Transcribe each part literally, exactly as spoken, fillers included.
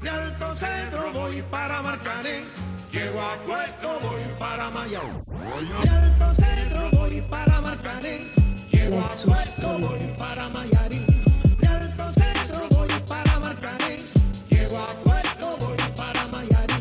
De Alto Cedro voy para Marcané, llego a Puerto, voy para Mayao. De Alto Cedro voy para Marcané, llego a Puerto, voy para Mayarín. De Alto Cedro voy para Marcané, llego a Puerto, voy para Mayarín.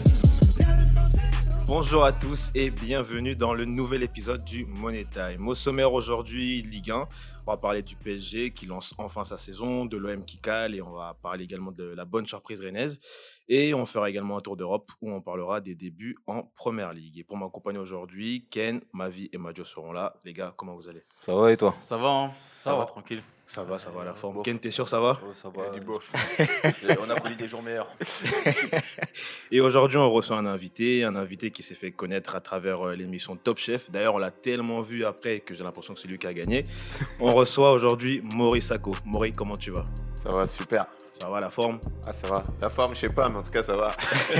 Bonjour à tous et bienvenue dans le nouvel épisode du Money Time. Au sommaire aujourd'hui, Ligue un. On va parler du P S G qui lance enfin sa saison, de l'O M qui cale et on va parler également de la bonne surprise rennaise. Et on fera également un tour d'Europe où on parlera des débuts en Première Ligue. Et pour m'accompagner aujourd'hui, Ken, Mavi et Madio seront là. Les gars, comment vous allez ? Ça va et toi ? Ça va, hein ça, ça va, va, tranquille. Ça va, ça va à la forme. Bon. Ken, t'es sûr, ça va ? Oh, ça va, du bof. On a connu des jours meilleurs. Et aujourd'hui, on reçoit un invité, un invité qui s'est fait connaître à travers euh, l'émission Top Chef. D'ailleurs, on l'a tellement vu après que j'ai l'impression que c'est lui qui a gagné. On reçoit aujourd'hui Maury Sako. Maury, comment tu vas ? Ça va, super. Ça va, la forme ? Ah, ça va. La forme, je sais pas, mais en tout cas, ça va.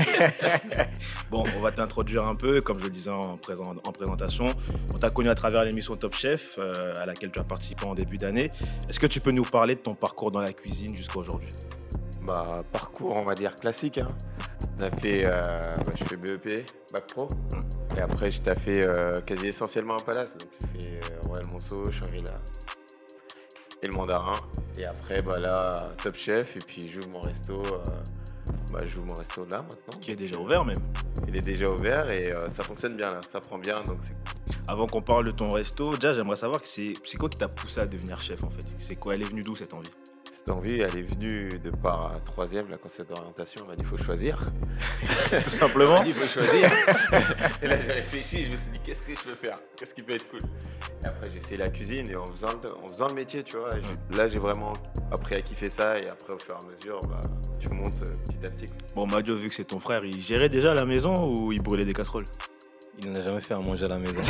Bon, on va t'introduire un peu, comme je le disais en, présent, en présentation. On t'a connu à travers l'émission Top Chef, euh, à laquelle tu as participé en début d'année. Est-ce que tu peux nous parler de ton parcours dans la cuisine jusqu'à aujourd'hui ? Bah, parcours, on va dire classique. Hein. On a fait, euh, bah, je fais B E P, Bac Pro. Et après, j'ai taffé euh, quasi essentiellement à Palace. Donc, j'ai fait euh, Royal Monceau, Shangri-La et le Mandarin. Et après, bah là, Top Chef. Et puis, j'ouvre mon resto. Euh, bah, j'ouvre mon resto là maintenant. Qui est déjà ouvert même. Il est déjà ouvert et euh, ça fonctionne bien là. Ça prend bien. Donc, c'est Avant qu'on parle de ton resto, déjà, j'aimerais savoir que c'est, c'est quoi qui t'a poussé à devenir chef en fait ? C'est quoi ? Elle est venue d'où cette envie ? Cette envie, elle est venue de par un troisième, la conseil d'orientation, elle m'a dit il faut choisir. Tout simplement. Il faut choisir. Et là j'ai réfléchi, je me suis dit qu'est-ce que je peux faire ? Qu'est-ce qui peut être cool ? Et après j'ai essayé la cuisine et en faisant le, en faisant le métier, tu vois, je, là j'ai vraiment appris à kiffer ça et après au fur et à mesure, bah, tu montes petit à petit. Bon, Madio, vu que c'est ton frère, il gérait déjà à la maison ou il brûlait des casseroles ? Il n'a jamais fait à manger à la maison.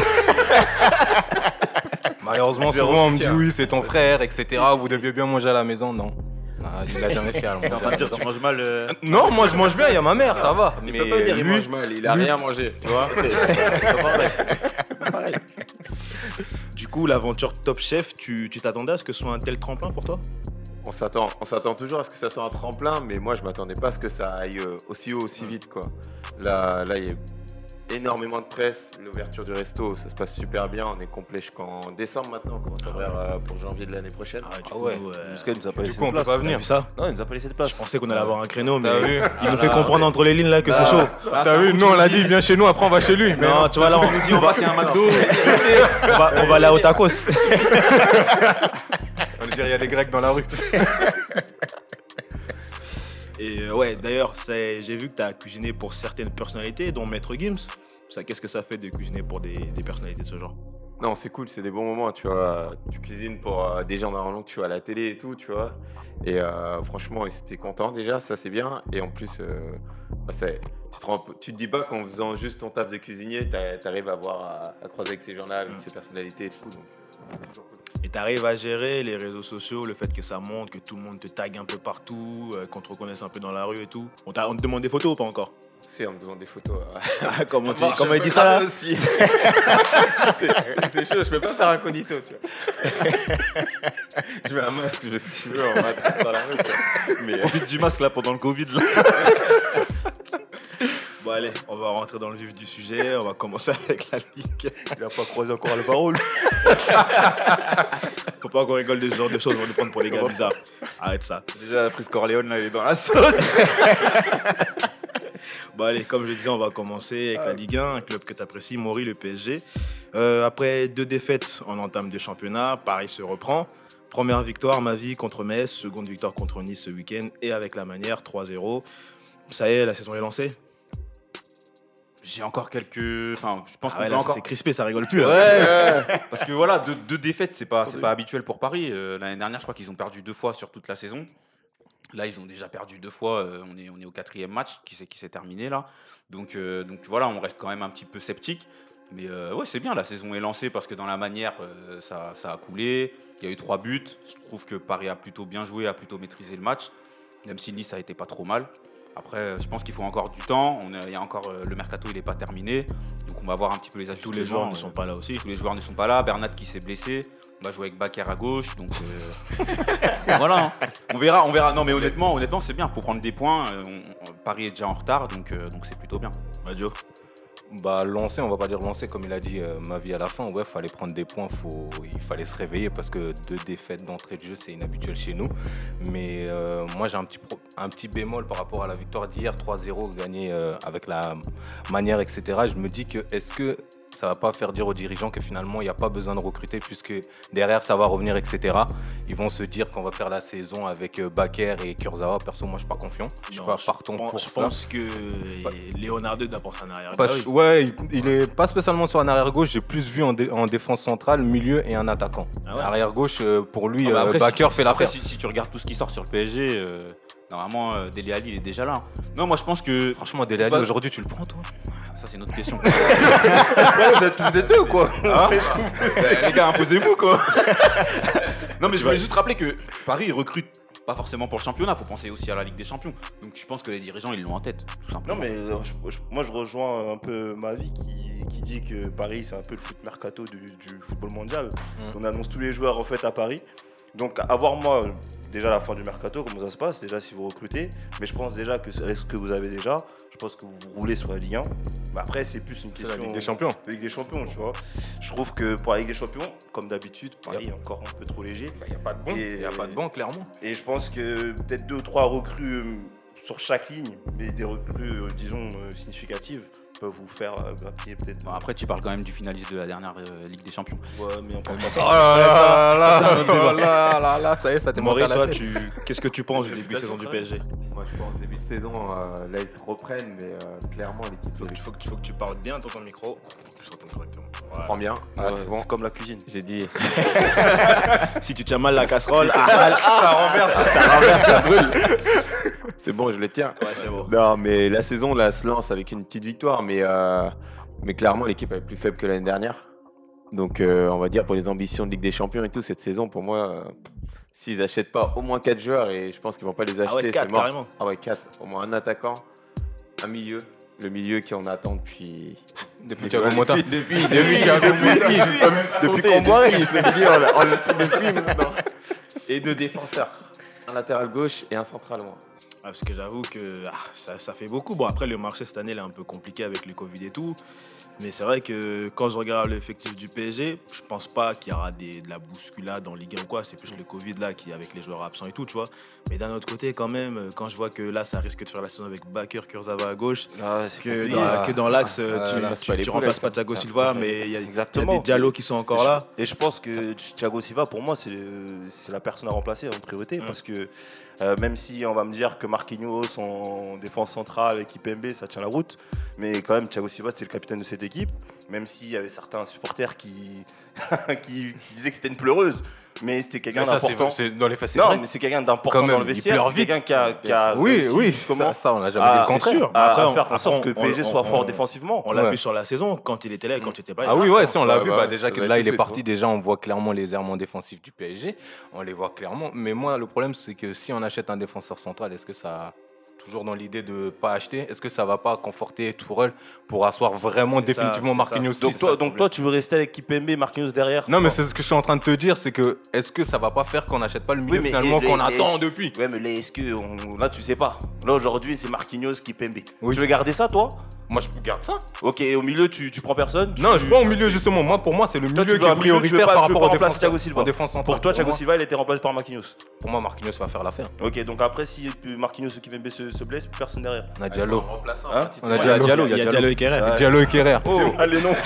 Malheureusement, Souvent souvent on me dit oui, c'est ton frère, et cetera. Vous deviez bien manger à la maison, non. Ah, il l'a jamais fait à manger T'es en à train la de dire maison. tu manges mal euh... Non, moi je mange bien, il y a ma mère, ça va. Il Mais peut pas dire il lui, mange mal, il a lui- rien mangé. Tu vois ? C'est, c'est pas pareil. C'est pas pareil. Du coup, l'aventure Top Chef, tu, tu t'attendais à ce que ce soit un tel tremplin pour toi ? On s'attend, on s'attend toujours à ce que ça soit un tremplin, mais moi je m'attendais pas à ce que ça aille euh, aussi haut, aussi vite quoi. Là, là il y a énormément de presse, l'ouverture du resto, ça se passe super bien, on est complet jusqu'en décembre maintenant, on commence à ouvrir euh, pour janvier de l'année prochaine. Ah, du Ah coup, ouais, euh, jusqu'à il nous a pas du laissé coup, on de peut place. pas venir. T'as vu ça ? Non, il nous a pas laissé de place. Je pensais qu'on allait avoir un créneau, mais T'as vu ? il nous fait comprendre entre les lignes là que c'est Là. chaud. T'as vu, nous on l'a dit, viens chez nous, après on va chez lui. Mais Non, tu vois là, on, on va passer un McDo. on va, on va aller au tacos. on dirait il y a des Grecs dans la rue. Et euh, ouais, d'ailleurs, c'est, j'ai vu que tu as cuisiné pour certaines personnalités, dont Maître Gims. Ça, qu'est-ce que ça fait de cuisiner pour des, des personnalités de ce genre ? Non, c'est cool, c'est des bons moments, tu vois. Tu cuisines pour euh, des gens normalement que tu vois à la télé et tout, tu vois. Et euh, franchement, ils étaient contents déjà, ça c'est bien. Et en plus, euh, bah, c'est, tu, te rends, tu te dis pas qu'en faisant juste ton taf de cuisinier, tu arrives à, voir, à, à croiser avec ces gens-là, avec Mm. ces personnalités et tout. Donc, euh, c'est toujours cool. Et tu arrives à gérer les réseaux sociaux, le fait que ça monte, que tout le monde te tague un peu partout, euh, qu'on te reconnaisse un peu dans la rue et tout. On, t'a, on te demande des photos ou pas encore ? Si, on me demande des photos. euh. Ah, comment tu, Moi, comment je il peux dit ça là ? graver aussi. c'est, c'est, c'est chaud, je peux pas faire incognito, tu vois. Je mets un masque, je si tu veux, on va être dans la rue, tu vois. Mais, euh, Profite du masque là pendant le Covid là. Bon allez, on va rentrer dans le vif du sujet, on va commencer avec la Ligue. Il a pas croisé encore le parole. Faut pas qu'on rigole de ce genre de choses, on va nous prendre pour des gars bizarres. Arrête ça. Déjà la prise Corleone là, elle est dans la sauce. Bon allez, comme je disais, on va commencer avec la Ligue un, un club que tu apprécies, Maury, le P S G. Euh, après deux défaites en entame de championnat, Paris se reprend. Première victoire, Mavi contre Metz, seconde victoire contre Nice ce week-end et avec la manière trois zéro. Ça y est, la saison est lancée. J'ai encore quelques. Enfin, je pense Ah qu'on ouais, peut là, encore. c'est crispé, ça rigole plus. Là. Ouais, parce que voilà, deux, deux défaites, c'est pas, c'est pas habituel pour Paris. Euh, l'année dernière, je crois qu'ils ont perdu deux fois sur toute la saison. Là, ils ont déjà perdu deux fois. Euh, on est, on est au quatrième match qui s'est, qui s'est terminé là. Donc, euh, donc voilà, on reste quand même un petit peu sceptique. Mais euh, ouais, c'est bien, la saison est lancée parce que dans la manière, euh, ça, ça a coulé. Il y a eu trois buts. Je trouve que Paris a plutôt bien joué, a plutôt maîtrisé le match. Même si Nice a été pas trop mal. Après, je pense qu'il faut encore du temps. On a, il y a encore euh, le mercato, il n'est pas terminé. Donc on va voir un petit peu les ajustements. Tous les joueurs ne sont pas là aussi. Tous les joueurs ne sont pas là. Bernat qui s'est blessé. On va jouer avec Bakker à gauche. Donc euh... voilà. Hein. On verra, on verra. Non, mais honnêtement, honnêtement, c'est bien. Il faut prendre des points. On, on, Paris est déjà en retard, donc euh, donc c'est plutôt bien. Madio. Bah lancer, on va pas dire lancer comme il a dit euh, ma vie à la fin. Ouais, fallait prendre des points, faut, il fallait se réveiller parce que deux défaites d'entrée de jeu c'est inhabituel chez nous. Mais euh, moi j'ai un petit, pro, un petit bémol par rapport à la victoire d'hier, trois zéro gagnée euh, avec la manière et cetera. Je me dis que est-ce que ça va pas faire dire aux dirigeants que finalement il n'y a pas besoin de recruter puisque derrière ça va revenir et cetera. Ils vont se dire qu'on va faire la saison avec euh, Bakker et Kurzawa. Perso moi je suis pas confiant. Je suis Non, pas je partant pense- pour Je ça. pense que Leonardo doit penser en arrière. Parce- Ah oui. ouais, il, il est pas spécialement sur un arrière gauche. J'ai plus vu en, dé- en défense centrale, milieu et un attaquant. Ah ouais. Arrière gauche, euh, pour lui, Ah bah euh, après, Bakker si, fait après, l'affaire. si, si tu regardes tout ce qui sort sur le P S G, euh, normalement euh, Dele Alli il est déjà là. hein. Non, moi je pense que Franchement, Dele Alli, Pas- aujourd'hui, tu le prends, toi? ça c'est une autre question. vous, êtes, vous êtes deux quoi. Hein Bah, les gars, imposez-vous quoi. Non mais je voulais juste rappeler que Paris recrute pas forcément pour le championnat, faut penser aussi à la Ligue des Champions. Donc je pense que les dirigeants ils l'ont en tête, tout simplement. Non mais euh, je- je- moi je rejoins un peu ma vie qui, qui dit que Paris c'est un peu le foot mercato du, du football mondial. Mm. On annonce tous les joueurs en fait à Paris. Donc à voir moi déjà la fin du mercato, comment ça se passe, déjà si vous recrutez. Mais je pense déjà que ce que vous avez déjà, je pense que vous roulez sur la Ligue un. Mais après c'est plus une C'est question la Ligue des Champions. de Ligue des Champions, tu vois. Je trouve que pour la Ligue des Champions, comme d'habitude, Paris est encore un peu trop léger. Il n'y a pas de banc. Et- Il n'y a pas de banc, clairement. Et je pense que peut-être deux ou trois recrues euh, sur chaque ligne, mais des recrues, euh, disons, euh, significatives, peuvent vous faire euh, grappiller peut-être. Bon, après tu parles quand même du finaliste de la dernière euh, Ligue des Champions. Ouais, mais on parle pas Oh là là là là là là là, ça y est, ça t'est monté Maury, à la toi, tête. tu... qu'est-ce que tu penses du début de saison du P S G? Moi je pense début de saison, euh, là ils se reprennent, mais euh, clairement l'équipe faut que, tu- faut, que, tu- faut que tu parles bien dans ton micro. Je t'entends correctement. Voilà. prend bien. Ah, c'est bon. C'est comme la cuisine. J'ai dit. Si tu tiens mal la casserole, ah, ça renverse, ça renverse, ça brûle. C'est bon, je le tiens. ouais, c'est bon. Non, mais la saison là se lance avec une petite victoire, mais, euh, mais clairement l'équipe est plus faible que l'année dernière. Donc euh, on va dire pour les ambitions de Ligue des Champions et tout, cette saison pour moi, euh, s'ils n'achètent pas au moins quatre joueurs, et je pense qu'ils vont pas les acheter, Ah ouais, quatre c'est mort. carrément. Ah ouais, quatre. Au moins un attaquant, un milieu. Le milieu qui en attend depuis. Depuis Thiago Motta. Depuis, depuis, depuis, depuis, depuis, depuis qu'on boit, il se dit, on l'a on l'a fait depuis maintenant. Et deux défenseurs. Un latéral gauche et un central, moi. Ah, parce que j'avoue que ah, ça, ça fait beaucoup. Bon, après, le marché cette année il est un peu compliqué avec le Covid et tout. Mais c'est vrai que quand je regarde l'effectif du P S G, je pense pas qu'il y aura des, de la bousculade en Ligue un ou quoi. C'est plus le Covid là qui avec les joueurs absents et tout, tu vois. Mais d'un autre côté, quand même, quand je vois que là, ça risque de faire la saison avec Bakker, Kurzawa à gauche, Ah, c'est que compliqué. dans, Ah, que dans l'axe, ah, tu, là, tu, c'est pas les tu poules, remplaces ça. pas Thiago Ah, Silva, ouais. mais il y a, il y a Exactement. des Diallo qui sont encore là. Et je pense que Thiago Silva, pour moi, c'est le- c'est la personne à remplacer en priorité. Mm. Parce que euh, même si on va me dire que Marquinhos en défense centrale avec Ipembe, ça tient la route. Mais quand même, Thiago Silva, c'était le capitaine de cette équipe. Même s'il y avait certains supporters qui, qui, qui disaient que c'était une pleureuse. Mais c'était quelqu'un Mais ça, c'est- d'important. c'est dans les faits, c'est Non, vrai. mais c'est quelqu'un d'important Quand dans même, le il vestiaire. pleure C'est vite. quelqu'un qui a, qui a Oui, réussi oui, justement ça, ça, on l'a jamais à- dit le c'est contraire. sûr. à, Après, à on- faire en sorte que on- P S G on- soit on- fort défensivement. On l'a Ouais. vu sur la saison, quand il était là et quand il était pas là. Ah oui, ouais, ça on l'a Ouais, vu. ouais, Bah, déjà ça que doit là, être il est fait, parti. quoi. Déjà, on voit clairement les errements défensifs du P S G. On les voit clairement. Mais moi, le problème, c'est que si on achète un défenseur central, est-ce que ça. Toujours dans l'idée de ne pas acheter, est-ce que ça va pas conforter Tourelle pour asseoir vraiment C'est ça, définitivement c'est Marquinhos ça. Donc six? toi, ça, donc le toi, tu veux rester avec Kipembe et Marquinhos derrière? Non, mais c'est ce que je suis en train de te dire, c'est que est-ce que ça va pas faire qu'on n'achète pas le milieu Oui, mais finalement les- qu'on les- attend les- depuis? Ouais, mais là, est-ce que on- là, tu sais pas. Là, aujourd'hui, c'est Marquinhos Kipembe. Oui. Tu veux garder ça, toi? Moi, je garde ça. Ok, au milieu, tu, tu prends personne? tu- Non, je suis pas au milieu justement. Moi, pour moi, c'est le Toi, milieu tu qui veux est un milieu, tu veux prioritaire pas- par tu veux rapport pas au remplacer défense. Thiago Silva. En défense centrale. Pour toi, Thiago moi- Silva, il a été remplacé par Marquinhos. Pour moi, Marquinhos va faire l'affaire. Ok, donc après, si Marquinhos ou Kipembe se, se blesse, plus personne derrière. On a Diallo. Hein? On a Ouais, Diallo. Diallo, Il y a Diallo et Kerrer. Diallo et Kerrer. Allez, non.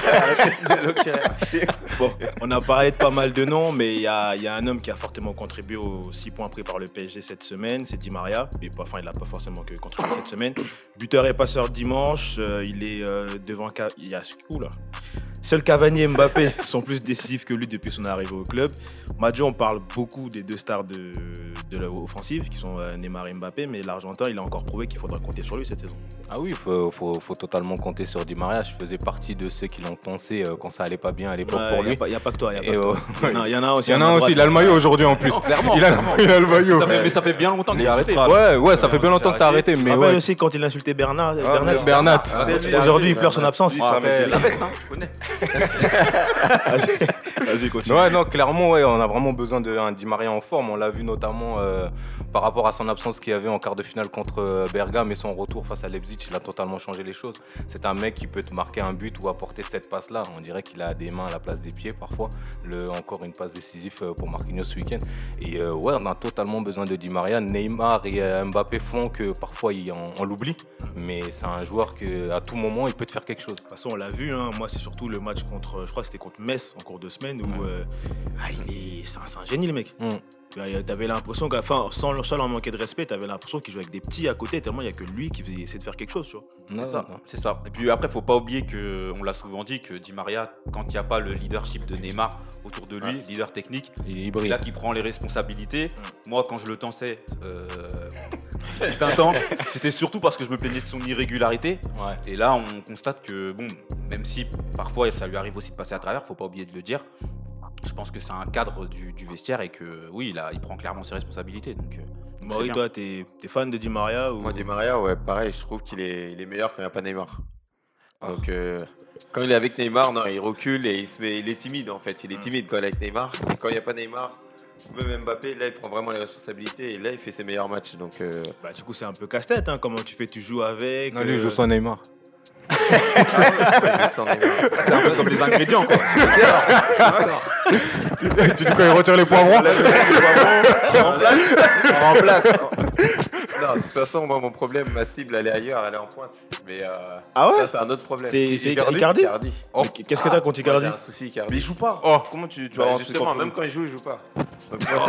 Bon, on a parlé de pas mal de noms, mais il y a, il y a un homme qui a fortement contribué aux six points pris par le P S G cette semaine, c'est Di Maria. Et pas, enfin, il n'a pas forcément que contribué cette semaine. Buteur et passeur dimanche, euh, il est euh, devant... Ca- Il y a... Oula. Seuls Cavani et Mbappé sont plus décisifs que lui depuis son arrivée au club. Madio, on parle beaucoup des deux stars de, de l'offensive, qui sont euh, Neymar et Mbappé, mais l'Argentin, il a encore prouvé qu'il faudra compter sur lui cette saison. Ah oui, il faut, faut, faut totalement compter sur Di Maria. Je faisais partie de ceux qui l'ont pensé euh, quand ça allait pas bien à l'époque pour Il lui. n'y a, pas que toi, il y a pas Et, que toi. euh, Il y en a- il y en a aussi. Il y en a à un ma aussi, droite. il a le maillot aujourd'hui en plus. clairement, il, a, clairement. il a le maillot. Ça fait- mais ça fait bien longtemps qu'il a arrêté. Ouais, ouais, ça fait bien Ouais, longtemps que t'as arrêté, Tu te mais rappelles ouais. aussi quand il insultait Bernard, Bernat Bernat. Ah, Aujourd'hui, il pleure son absence. Lui, c'est un mec de- La veste, hein, tu connais. Vas-y, vas-y, continue. Ouais, non, clairement, ouais, on a vraiment besoin d'un Di Maria en forme. On l'a vu notamment euh, par rapport à son absence qu'il y avait en quart de finale contre euh, Bergame et son retour face à Leipzig, il a totalement changé les choses. C'est un mec qui peut te marquer un but ou apporter cette passe-là. On dirait qu'il a des mains à la place des pieds parfois. Le, encore une passe décisive pour Marquinhos ce week-end. Et euh, ouais, on a totalement besoin de Di Maria. Neymar et euh, Mbappé font que parfois il, on, on l'oublie. Mais c'est un joueur qu'à tout moment, il peut te faire quelque chose. De toute façon, on l'a vu, hein. Moi, c'est surtout le match contre, je crois que c'était contre Metz en cours de semaine, où Ouais. euh, ah, il est, c'est, un, c'est un génie, le mec. Mm. Tu T'avais l'impression qu'à enfin, sans, sans leur manquer de respect, t'avais l'impression qu'il jouait avec des petits à côté, tellement il n'y a que lui qui faisait essayer de faire quelque chose, tu vois. C'est Non, ça, non. c'est ça. Et puis après, faut pas oublier que, on l'a souvent dit, que Di Maria, quand il n'y a pas le leadership de Neymar autour de lui, Ouais. leader technique, Il est c'est hybride. là qu'il prend les responsabilités. Moi, quand je le tensais, euh, il fut un temps, c'était surtout parce que je me plaignais de son irrégularité. Ouais. Et là, on constate que, bon, même si parfois ça lui arrive aussi de passer à travers, faut pas oublier de le dire. Je pense que c'est un cadre du, du vestiaire et que, oui, là, il prend clairement ses responsabilités. Donc, euh, donc c'est Maury, bien. toi, t'es, t'es fan de Di Maria ou... Moi, Di Maria, ouais, pareil, je trouve qu'il est, il est meilleur quand il n'y a pas Neymar. Donc, euh, quand il est avec Neymar, non, il recule et il, se met, il est timide en fait. Il est timide quand il est avec Neymar. Et quand il n'y a pas Neymar, même Mbappé, là, il prend vraiment les responsabilités et là, il fait ses meilleurs matchs. Donc, euh, Bah, du coup, c'est un peu casse-tête, hein. Comment tu fais, tu joues avec... Non, lui, il euh, joue sans Neymar. sans Neymar. C'est un peu comme les ingrédients, quoi. Tu dis quand il retire les poivrons On remplace. Non, de toute façon, moi, mon problème, ma cible, elle est ailleurs, elle est en pointe. Mais euh, Ah ouais ça, c'est un autre problème. C'est, c'est Icardi Icardi, Icardi. Mais Qu'est-ce que t'as contre Moi, Icardi? j'ai un souci, Icardi. Mais il joue pas. Oh. Comment tu, tu Bah, vas justement, même quand il joue, il joue pas. Donc, moi,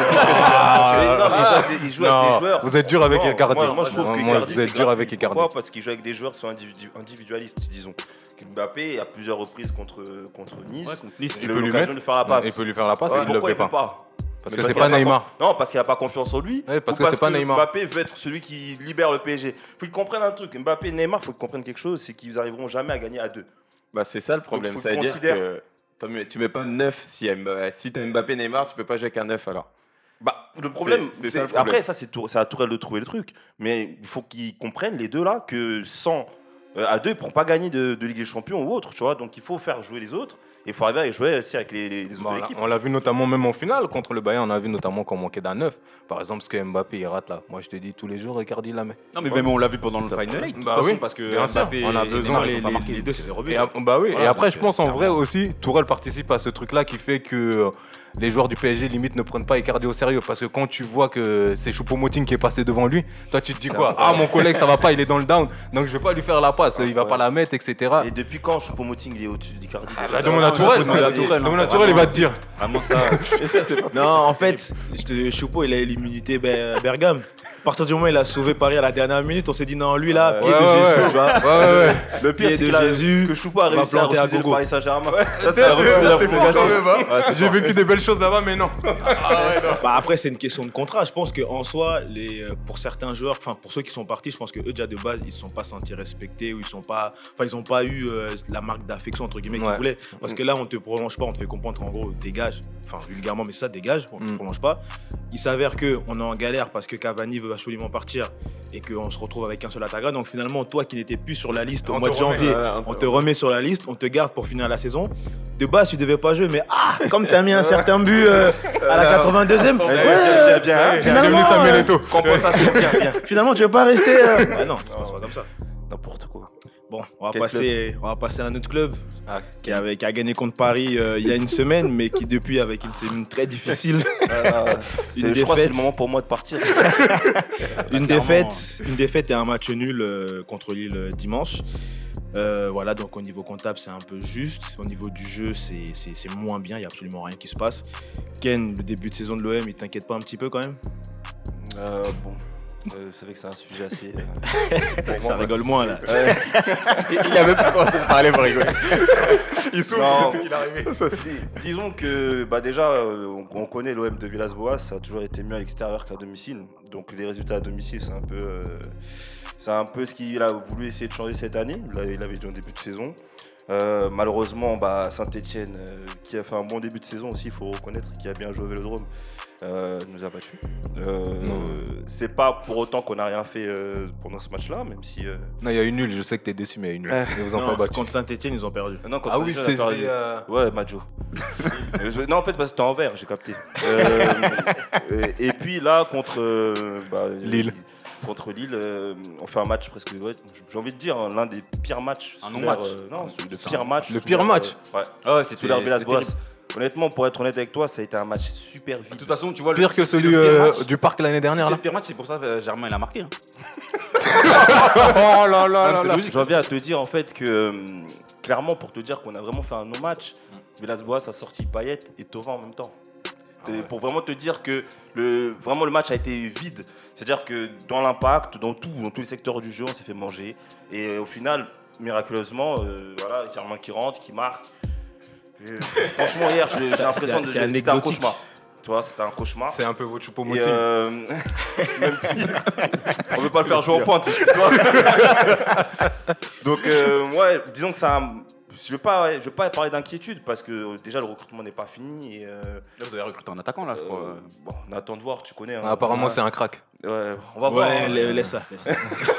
Ah, non, mais il joue avec des- il joue avec Non, des joueurs. vous êtes dur avec Non, Icardi. Moi, moi, je trouve Moi, que moi, Icardi, vous êtes c'est dur gratuit. avec Icardi. Pourquoi? Parce qu'il joue avec des joueurs qui sont individu- individualistes, disons. Mbappé, à plusieurs reprises contre, contre Nice, Ouais, contre Nice, il, il a peut eu lui l'occasion mettre. de faire la passe. Il peut lui faire la passe Ouais, et il le pourquoi fait il peut pas. pas Parce Mais que c'est qu'il pas a Neymar. con- Non, parce qu'il n'a pas confiance en lui. Ouais, parce ou que c'est pas Neymar. Mbappé veut être celui qui libère le P S G. Faut qu'ils comprennent un truc. Mbappé et Neymar, faut qu'ils comprennent quelque chose, c'est qu'ils arriveront jamais à gagner à deux. Bah, c'est ça le problème. Donc, faut Ça veut que dire considère- que t'en mets- tu mets pas neuf si, Mb- si t'as Mbappé Neymar, tu peux pas jouer avec un neuf alors. Bah, le problème, C'est- c'est c'est- ça le problème. après ça c'est Tour- c'est à Tourelle de trouver le truc, mais il faut qu'ils comprennent les deux là que sans euh, à deux ils ne pourront pas gagner de, de Ligue des Champions ou autre, tu vois. Donc il faut faire jouer les autres et il faut arriver à jouer aussi avec les, les autres Voilà. équipes. On l'a vu notamment même en finale contre le Bayern, on a vu notamment qu'on manquait d'un neuf. Par exemple, ce que Mbappé il rate là. Moi je te dis tous les jours, Ricardi la met. Non, mais même on l'a vu pendant le Final Eight. de toute Bah façon, oui, parce que bien sûr. Mbappé On a et besoin, Neymar, les, ils ont pas les- marqué. les deux, c'est zéro but. Et, ap- bah oui, Voilà, et après, donc, je pense en clairement. vrai aussi, Tourelle participe à ce truc-là qui fait que euh, les joueurs du P S G limite ne prennent pas Icardi au sérieux. Parce que quand tu vois que c'est Choupo-Moting qui est passé devant lui, toi tu te dis quoi? Ah, mon collègue ça va pas, il est dans le down, donc je vais pas lui faire la passe, il va pas la mettre, et cetera. Et depuis quand Choupo-Moting il est au-dessus d'Icardi déjà Bah, demande à Tourelle, demande à demande Tourelle, hein, à Tourelle, il va te dire. Vraiment ça. Non, en fait, je te- Choupo, il a l'immunité Ber- Bergame. À partir du moment où il a sauvé Paris à la dernière minute, on s'est dit non, lui là, pied Ouais, de ouais, Jésus, ouais. tu vois. Ouais, ouais, ouais. Le pire Pied c'est de qu'il a- Jésus, que Choupo a va réussi à planter à refuser le gogo. Paris Saint-Germain. Ça, Ça, la refusé c'est la c'est fort prolongation. quand même, hein. J'ai vécu des belles choses là-bas, mais non. Bah après, c'est une question de contrat. Je pense qu'en soi, les, euh, pour certains joueurs, enfin pour ceux qui sont partis, je pense que eux déjà de base, ils ne se sont pas sentis respectés ou ils sont pas, enfin ils n'ont pas eu euh, la marque d'affection entre guillemets qu'ils Ouais. voulaient. Parce que là, on te prolonge pas, on te fait comprendre en gros, dégage. Enfin vulgairement, mais ça dégage, on te Mm. prolonge pas. Il s'avère que on est en galère parce que Cavani veut absolument partir et qu'on se retrouve avec un seul attaquant. Donc finalement, toi qui n'étais plus sur la liste au On mois te de janvier, remet, ouais, on te remet sur la liste, on te garde pour finir la saison. De base, tu devais pas jouer, mais ah, comme tu as mis un certain but euh, à la quatre-vingt-deuxième, Bien, ouais, bien, bien, hein. finalement, Bienvenue Samuel euh, Eto'o. Compensation, bien, bien. finalement, tu veux pas rester. euh, Bah non, ça se passe pas comme ça. N'importe quoi. Bon, on va, Quel passer, on va passer à un autre club Ah, qui, avait, qui a gagné contre Paris euh, il y a une semaine, mais qui depuis avec une semaine très difficile. Euh, Une c'est- je crois que c'est défaite. le moment pour moi de partir. une, Clairement. défaite, une défaite et un match nul euh, contre Lille euh, dimanche. Euh, voilà, donc au niveau comptable, c'est un peu juste. Au niveau du jeu, c'est c'est- c'est moins bien. Il n'y a absolument rien qui se passe. Ken, le début de saison de l'O M, il t'inquiète pas un petit peu quand même? Euh, bon, euh, vous savez que c'est un sujet assez. euh, Ça rigole moins là. Il a même pas commencé à parler pour rigoler. Il souffle Non. depuis qu'il est arrivé. Disons que bah déjà, euh, on, on connaît l'O M de Villas-Boas, ça a toujours été mieux à l'extérieur qu'à domicile. Donc les résultats à domicile, c'est un peu, euh, c'est un peu ce qu'il a voulu essayer de changer cette année. Là, il avait dit en début de saison. Euh, malheureusement, bah, Saint-Etienne, qui a fait un bon début de saison aussi, il faut reconnaître, qui a bien joué au Vélodrome, euh, nous a battus. Euh, c'est pas pour autant qu'on n'a rien fait euh, pendant ce match-là, même si. Euh... Non, il y a une nulle, je sais que t'es déçu, mais il y a une nulle. Ils vous ont Non, pas battu. contre Saint-Etienne, ils ont perdu. Non, contre Ah oui, Saint-Etienne, on a c'est. perdu. euh, Ouais, Majo. Euh, non, en fait, parce que c'était en vert, j'ai capté. Euh, et, et puis là, contre euh, bah, Lille. Contre Lille, euh, on fait un match presque, ouais, j'ai envie de dire, hein, l'un des pires matchs. Un sous non-match. l'ère, euh, non, Ah, le c'est pire un- match. le sous pire l'ère, match euh, Ouais. Ah ouais, Sous c'était l'ère c'était Villas-Boas. terrible. Honnêtement, pour être honnête avec toi, ça a été un match super De vite. toute façon, tu vois, Pire le, que c'est celui le pire euh, match. du parc l'année dernière, C'est là. le pire match, c'est pour ça que euh, Germain il a marqué. Hein. Oh là là Non, là mais là. c'est J'en viens à te dire en fait que euh, clairement pour te dire qu'on a vraiment fait un non-match, Villas-Boas a sorti Payet et Thauvin en même temps. C'est pour vraiment te dire que le, vraiment le match a été vide. C'est-à-dire que dans l'impact, dans tout, dans tous les secteurs du jeu, on s'est fait manger. Et au final, miraculeusement, euh, voilà, Germain qui rentre, qui marque. Et, franchement, hier, j'ai j'ai Ça, l'impression c'est- de c'est c'était un anecdotique. cauchemar. Tu vois, c'était un cauchemar. C'est un peu votre Et, choupo-moting. euh, même pire. On veut pas le faire jouer en pointe, tu vois. Donc, euh, ouais, disons que ça. a- Je ne veux, pas- ouais, je veux pas parler d'inquiétude parce que euh, déjà le recrutement n'est pas fini. Et, euh, Là, vous avez recruté un attaquant, là, je crois. euh, bon, on attend de voir, tu connais. hein. Ah, apparemment, Ouais. c'est un crack. Ouais, on va voir. Ouais, hein. la- laisse ça. laisse ça.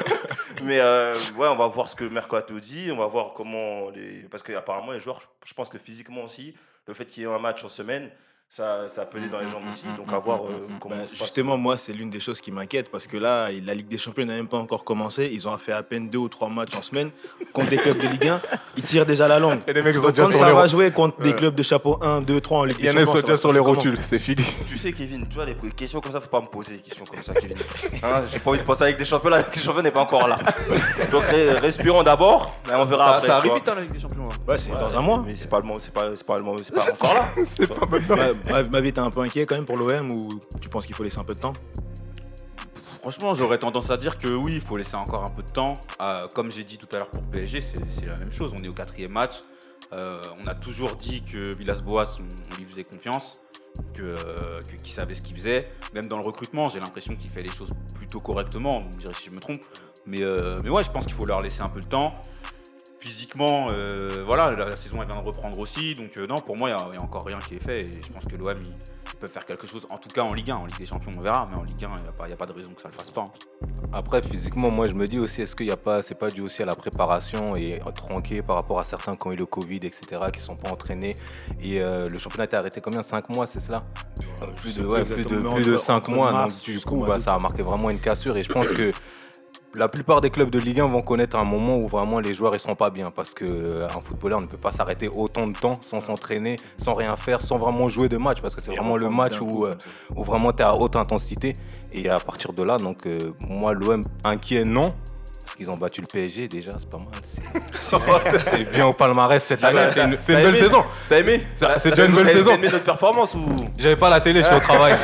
Mais euh, ouais, on va voir ce que Mercato dit. On va voir comment les. Parce qu'apparemment, les joueurs, je pense que physiquement aussi, le fait qu'il y ait un match en semaine, ça, ça a pesé dans les jambes aussi. Donc à voir euh, comment. Bah, ça se passe. justement, moi, c'est l'une des choses qui m'inquiète parce que là, la Ligue des Champions n'a même pas encore commencé. Ils ont fait à peine deux ou trois matchs en semaine contre des clubs de Ligue un. Ils tirent déjà la langue. Et les mecs, ils ont Donc, déjà quand sur ça les va ro- jouer contre des clubs de chapeau un, deux, trois en Ligue Il y des en a qui Champions, sont ça va déjà se sur les passer comment rotules, c'est fini. Tu sais, Kevin, tu vois, les questions comme ça, faut pas me poser des questions comme ça, Kevin. Hein, j'ai pas envie de penser avec des champions, la Ligue des champions n'est pas encore là. Donc ré- respirons d'abord, et on verra Ça, après. ça tu arrive vois. vite, hein, la Ligue des Champions. hein. Ouais, c'est Ouais, dans un mois. Mais c'est pas le moment, c'est pas, c'est pas le moment, c'est pas encore là. C'est pas maintenant. Ma, ma vie, t'es un peu inquiet quand même pour l'O M ou tu penses qu'il faut laisser un peu de temps? Franchement, j'aurais tendance à dire que oui, il faut laisser encore un peu de temps. Euh, comme j'ai dit tout à l'heure pour P S G, c'est c'est la même chose. On est au quatrième match. Euh, on a toujours dit que Villas-Boas, on, on lui faisait confiance, que, euh, que- qu'il savait ce qu'il faisait. Même dans le recrutement, j'ai l'impression qu'il fait les choses plutôt correctement. Vous me direz si je me trompe. Mais, euh, mais ouais, je pense qu'il faut leur laisser un peu de temps. Physiquement, euh, voilà, la, la saison elle vient de reprendre aussi. Donc euh, non, pour moi, il n'y a, a encore rien qui est fait. Et je pense que l'O M, il, il peut faire quelque chose. En tout cas en Ligue un. En Ligue des Champions, on verra. Mais en Ligue un, il n'y a, pas- il y a pas de raison que ça ne le fasse pas. hein. Après, physiquement, moi, je me dis aussi, est-ce qu'il y a pas, c'est pas dû aussi à la préparation et tronqué par rapport à certains qui ont eu le Covid, et cetera, qui sont pas entraînés. Et euh, le championnat a été arrêté combien? cinq mois, c'est cela? Je Plus sais de, pas ouais, plus de, exactement, plus de entre- cinq entre mois. mars Donc, du jusqu'au coup, mois bah, d'août. ça a marqué vraiment une cassure. Et je pense que la plupart des clubs de Ligue un vont connaître un moment où vraiment les joueurs ne sont pas bien. Parce qu'un footballeur ne peut pas s'arrêter autant de temps sans s'entraîner, sans rien faire, sans vraiment jouer de match. Parce que c'est Et vraiment le reprendre match d'un où, coup, euh, comme ça. où vraiment tu es à haute intensité. Et à partir de là, donc, euh, moi, l'O M inquiet, non. Parce qu'ils ont battu le P S G déjà, c'est pas mal. C'est- C'est bien au palmarès cette année. C'est une, c'est une T'as belle aimé saison. T'as aimé Ça- c'est La- déjà une la belle t'as saison. aimé notre performance ou J'avais pas la télé, je suis au travail.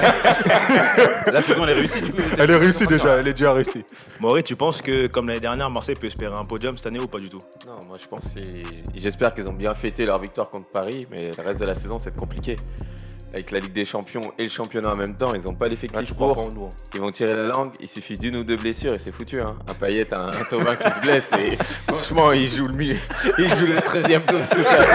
La saison elle est réussie du coup. Elle est réussie déjà, elle est déjà réussie. Maury, tu penses que comme l'année dernière, Marseille peut espérer un podium cette année ou pas du tout? Non, moi je pense que c'est- j'espère qu'ils ont bien fêté leur victoire contre Paris, mais le reste de la saison c'est compliqué. Avec la Ligue des Champions et le championnat en même temps, ils n'ont pas l'effectif pour. Ils vont tirer la langue, il suffit d'une ou deux blessures et c'est foutu. Hein. Un Payet, un, un Thauvin qui se blesse et franchement, il joue le milieu. Il joue le treizième place.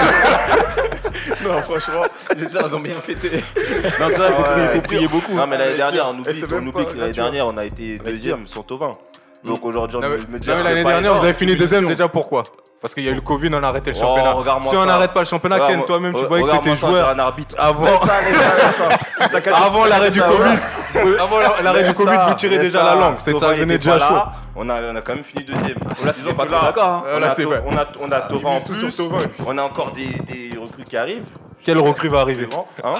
Non, franchement, j'espère qu'ils ont bien fêté. Non, c'est vrai, il faut, Ouais, il faut prier beaucoup. Non, mais l'année dernière, on Et oublie, c'est on même oublie pas que l'année naturel. dernière, on a été deuxième sans Thauvin. Donc aujourd'hui, on Non, me, mais- me dire non, mais que l'année pas dernière, énorme, vous avez fini c'est une deuxième mission. déjà, pourquoi? Parce qu'il y a eu le Covid, on a arrêté le Oh, championnat. regarde-moi Si on ça. n'arrête pas le championnat, Ken, Regarde-moi- toi-même, tu re- voyais que regarde-moi t'étais ça, on dirait joueur un arbitre. avant, Laisse ça, laisse ça, laisse ça. T'as qu'à- avant l'arrêt du ça, Covid. ouais. Avant la- l'arrêt du Laisse Covid, ça, vous tirez laisse déjà ça. la langue. C'est Thauvin, ça il venait était déjà pas chaud. là. On a, on a quand même fini deuxième. Là, Disons c'est pas que trop là, d'accord. hein. On Là, a, c'est Thauvin- vrai. on a, on a Thauvin en mises tout sur plus. Thauvin. On a encore des, des recrues qui arrivent. Quelle recrue va arriver? Hein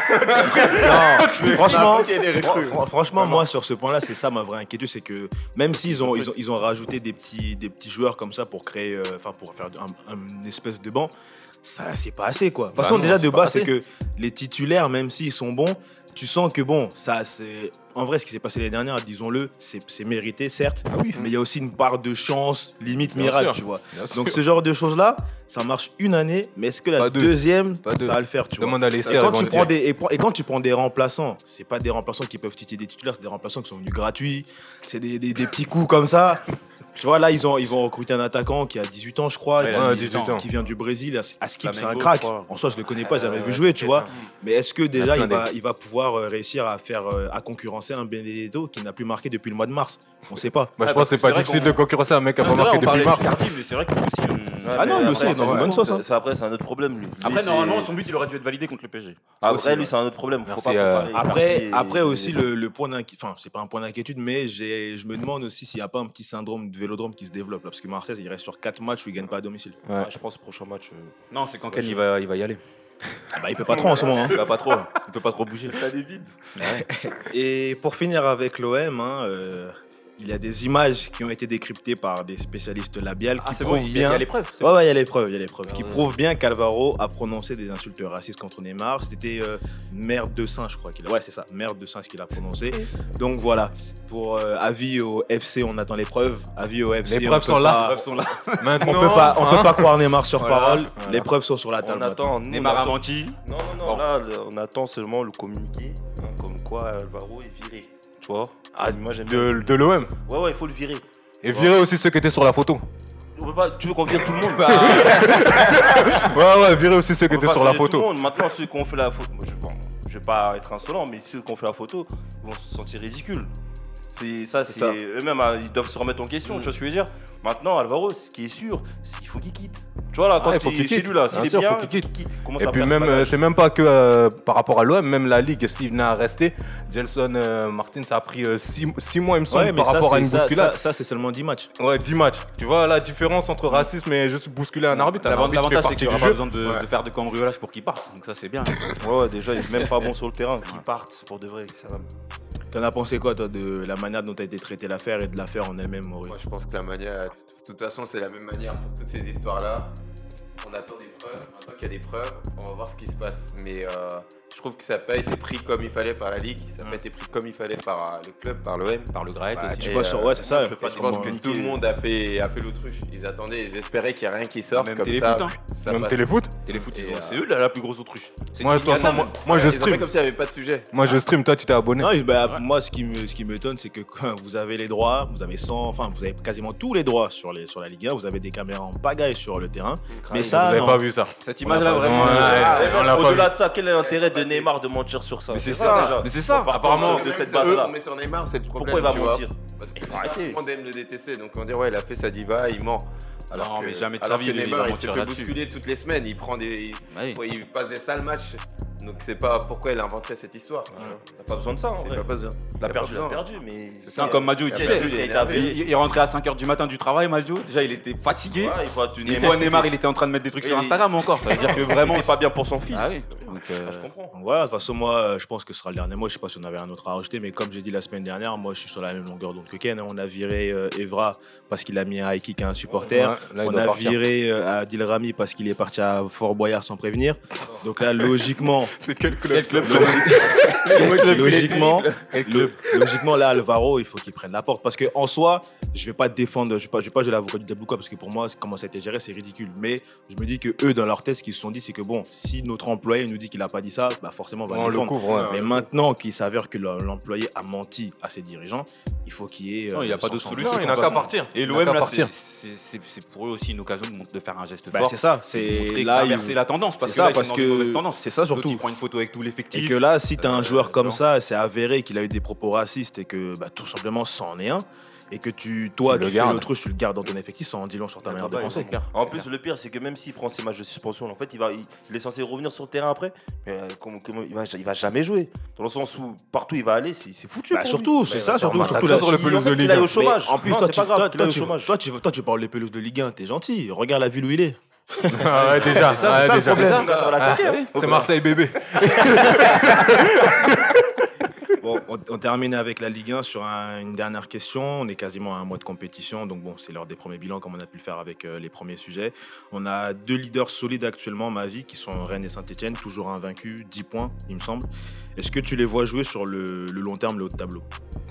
Non, franchement, Ok, des fran- recrues. fran- franchement, moi sur ce point-là, c'est ça ma vraie inquiétude, c'est que même s'ils ont, ils ont, ils ont rajouté des petits, des petits joueurs comme ça pour créer, euh, enfin pour faire un- un- une espèce de banc, ça c'est pas assez quoi. De toute façon, non, déjà c'est de pas base, c'est assez. que les titulaires, même s'ils sont bons, tu sens que bon, ça c'est en vrai, ce qui s'est passé l'année dernière, disons-le, c'est, c'est mérité, certes, mais il y a aussi une part de chance, limite Bien miracle, sûr. tu vois. Bien sûr. Donc ce genre de choses-là, ça marche une année, mais est-ce que la Pas deux. deuxième, Pas deux. ça va le faire, tu vois. Demande à Et Lester. quand, ils vont tu le prends dire. des, et, pro- et quand tu prends des remplaçants, c'est pas des remplaçants qui peuvent titiller des titulaires, c'est des remplaçants qui sont venus gratuits, c'est des, des, des petits coups comme ça. Tu vois, là, ils, ont, ils vont recruter un attaquant qui a dix-huit ans, je crois, Ouais, qui, il a dix-huit ans. qui vient du Brésil. Askip, c'est un Flamengo, crack. je crois. En soi, je le connais pas, j'ai jamais Euh, vu jouer, tu vois. peut-être. Mais est-ce que déjà, plein il va, il va pouvoir euh, réussir à faire euh, à concurrencer un Benedetto qui n'a plus marqué depuis le mois de mars? On sait pas. Bah, je Ouais, pense parce que c'est que pas c'est vrai difficile qu'on- de concurrencer un mec qui a Non, pas c'est vrai, marqué on depuis parlait mars. de Cardi, mais c'est vrai que lui aussi, on- Ah non, mais lui aussi, il est après, dans une c'est- bonne sauce, hein. c'est- Après, c'est un autre problème, lui. Après, Lui, normalement, c'est- son but, il aurait dû être validé contre le P S G. Après, Aussi, lui, ouais. c'est un autre problème. Faut Merci, pas euh, comparer Après, Cardi et- après et aussi, Benedetto. le, le point d'inquiétude, enfin, c'est pas un point d'inquiétude, mais j'ai, je me demande aussi s'il n'y a pas un petit syndrome de vélodrome qui se développe là, parce que Marseille, il reste sur quatre matchs où il gagne pas à domicile. Ouais. Ouais, je pense prochain match. euh, Non, c'est quand Ken, il va, il va y aller. Ah bah, il peut pas trop en ce moment. hein. Il va pas trop. Il peut pas trop bouger. T'as des vides. Et pour finir avec l'O M, hein, euh, il y a des images qui ont été décryptées par des spécialistes labiales Ah, qui c'est bon, prouvent il y a- il y bien. a les preuves. c'est Ouais, bon. ouais, il y a les preuves, il y a les preuves. Ah qui ouais. prouvent bien qu'Alvaro a prononcé des insultes racistes contre Neymar. C'était euh, merde de singe, je crois qu'il a. Ouais, c'est ça, merde de singe qu'il a prononcé. Donc voilà, pour euh, avis au F C, on attend les preuves. Avis au F C, Les on preuves peut sont là. pas- Les preuves sont là. Maintenant, On peut pas, on hein. peut pas croire Neymar sur Voilà, parole. voilà. Les preuves sont sur la table. On attend. nous, on Neymar a attend- menti. Non, non, non. Bon. Là, le- on attend seulement le communiqué, hein, comme quoi Alvaro est viré. Tu vois. Ah, moi j'aime bien. De, de l'O M. Ouais, ouais, il faut le virer. Et virer aussi ceux qui étaient sur la photo. On peut pas. Tu veux qu'on vire tout le monde? Ouais, ouais, virer aussi ceux qui On peut étaient pas sur la virer tout le photo. monde. Maintenant, ceux qui ont fait la photo. Moi, je, bon, je vais pas être insolent, mais ceux qui ont fait la photo vont se sentir ridicules. C'est ça, c'est ça. eux-mêmes, hein, ils doivent se remettre en question. Tu vois ce que je veux dire? Maintenant, Alvaro, ce qui est sûr, c'est qu'il faut qu'il quitte. Tu vois là, quand Ah, il faut il qu'il est chez quitte. lui là, Bien s'il est sûr, bien, faut qu'il quitte. Commence Et à puis faire même, ses euh, bagages. c'est même pas que euh, par rapport à l'O M, même la Ligue, s'il venait à rester, Gelson euh, Martin, ça a pris six mois, il me semble, Ouais, mais par ça, rapport à c'est- une ça, bousculade. ça, ça, c'est seulement dix matchs. Ouais, dix matchs. Tu vois la différence entre racisme et juste bousculer un arbitre. Un L'avant- arbitre fait L'avantage, c'est partie qu'il n'y du aura pas jeu. besoin de, Ouais. de faire de cambriolage pour qu'il parte. Donc ça, c'est bien. Ouais, ouais, déjà, il est même pas bon sur le terrain. Qu'ils partent pour de vrai. Ça va. T'en as pensé quoi, toi, de la manière dont a été traitée l'affaire et de l'affaire en elle-même, Maurice? Moi, je pense que la manière, de toute façon, c'est la même manière pour toutes ces histoires-là. On attend des preuves. Maintenant qu'il y a des preuves, on va voir ce qui se passe. Mais euh, je trouve que ça n'a pas été pris comme il fallait par la Ligue. Ça n'a pas été pris comme il fallait par euh, le club, par l'O M. Par le Graet Bah, aussi. tu Et, vois, euh, sur- ouais, c'est ça. je peux pas Je pense Comment- que tout le monde a fait, a fait l'autruche. Ils attendaient, ils espéraient qu'il n'y ait rien qui sorte Même comme Téléfoot, ça. hein. ça Même passe. téléfoot. Téléfoot, Et, c'est- euh, c'est eux la, la plus grosse autruche. C'est Moi, de toute façon, moi, moi, je Ils ont fait stream. comme s'il n'y avait pas de sujet. Moi, je stream. Toi, tu t'es abonné. Non, et bah, moi, ce qui me, ce qui m'étonne, c'est que quand vous avez les droits, vous avez cent, enfin, vous avez quasiment tous les droits sur les, sur la Ligue un. Vous avez des caméras en pagaille sur le terrain. Mais Vous ça, avez non. pas vu ça. Cette On l'a image-là, pas vu. vraiment. Ouais, Ah, ouais, on l'a pas Au-delà vu. de ça, quel est l'intérêt de Neymar de mentir sur ça? Mais c'est ça, déjà. mais c'est ça. On part Apparemment, de cette Eux, base-là. on met sur Neymar, c'est le problème. Pourquoi il va tu vois. mentir? Parce que Il faut arrêter. tout le monde aime le détester. Donc on dit, ouais, il a fait sa diva, il ment. Non, que- mais jamais de sa alors vie, que il va Neymar, il se mentir fait là-dessus. bousculer toutes les semaines. Il prend des. Oui. Ouais, il passe des sales matchs. Donc c'est pas pourquoi il inventerait cette histoire. tu vois. Il n'a pas besoin de ça en C'est vrai. pas besoin. Il a pas perdu, il a besoin. perdu, mais. C'est comme Madio, il Il a disait. perdu, il est il a énervé. perdu. Il, il rentrait à cinq heures du matin du travail, Madio. Déjà, il était fatigué. Ouais, il faut tu Il voit Neymar, il était en train de mettre des trucs Et sur il- Instagram encore. Ça veut dire que vraiment. c'est pas bien pour son fils. Ah oui. Donc, euh, Je comprends. Donc voilà, de toute façon, moi, euh, je pense que ce sera le dernier mot. Je sais pas si on avait un autre à rajouter, mais comme j'ai dit la semaine dernière, moi, je suis sur la même longueur d'onde que Ken. hein. On a viré euh, Evra parce qu'il a mis un high kick à un supporter. Ouais, là, il on doit a partir. viré euh, Adil Rami parce qu'il est parti à Fort Boyard sans prévenir. Donc là, logiquement, C'est quel club Quel club logiquement, le- logiquement, là, Alvaro, il faut qu'il prenne la porte. Parce que en soi, je vais pas te défendre, je vais pas, je vais pas jouer l'avocat du diable ou quoi, parce que pour moi, comment ça a été géré, c'est ridicule. Mais je me dis que eux, dans leur tête, ce qu'ils se sont dit, c'est que bon, si notre employé nous dit qu'il a pas dit ça, bah forcément, on va On le le défendre. couvre, ouais. Mais maintenant qu'il s'avère que le- l'employé a menti à ses dirigeants, il faut qu'il y ait. Non, il n'y a pas d'autre sans- solution. Non, il de n'a toute qu'à façon. partir. Et Il n'a l'O M, qu'à là, partir. c'est- c'est c'est- c'est pour eux aussi une occasion de, mon- de faire un geste Bah, fort. c'est ça, de c'est montrer, là, inverser il- la tendance. Parce c'est que ça, là, ils parce sont dans une que mauvaise tendance. c'est ça L'autre, surtout. il prend une photo avec tout l'effectif. Et que là, si tu as un joueur comme non. ça, c'est avéré qu'il a eu des propos racistes et que bah, tout simplement, c'en est un. Et que tu, toi, Tu tu, le fais gardes. l'autruche, tu le gardes dans ton effectif, ça en dit long sur ta manière de Ouais, penser. c'est clair. En plus, le pire, c'est que même s'il prend ses matchs de suspension, en fait, il, va, il, il est censé revenir sur le terrain après. Mais euh, comment- comment- il, va, il va jamais jouer. Dans le sens où partout il va aller, c'est c'est foutu. Bah, pour surtout, lui. c'est Mais ça, il va surtout, faire un surtout massacre la- sur le pelouse pelouse de de Ligue Ligue un. un. au chômage. Mais en plus, Non, toi, c'est tu, pas grave toi, qu'il toi, aille au tu, chômage. toi, tu, toi, tu parles des pelouses de Ligue un, t'es gentil. Regarde la ville où il est. Ah ouais, déjà. C'est ça, ouais, c'est ça le déjà. problème. Ça va l'attaquer, Ah, hein. C'est Marseille bébé. Bon, on, on termine avec la Ligue un sur un- une dernière question. On est quasiment à un mois de compétition, donc bon, c'est l'heure des premiers bilans comme on a pu le faire avec euh, les premiers sujets. On a deux leaders solides actuellement, ma vie, qui sont Rennes et Saint-Etienne, toujours invaincus, dix points, il me semble. Est-ce que tu les vois jouer sur le, le long terme, le haut de tableau?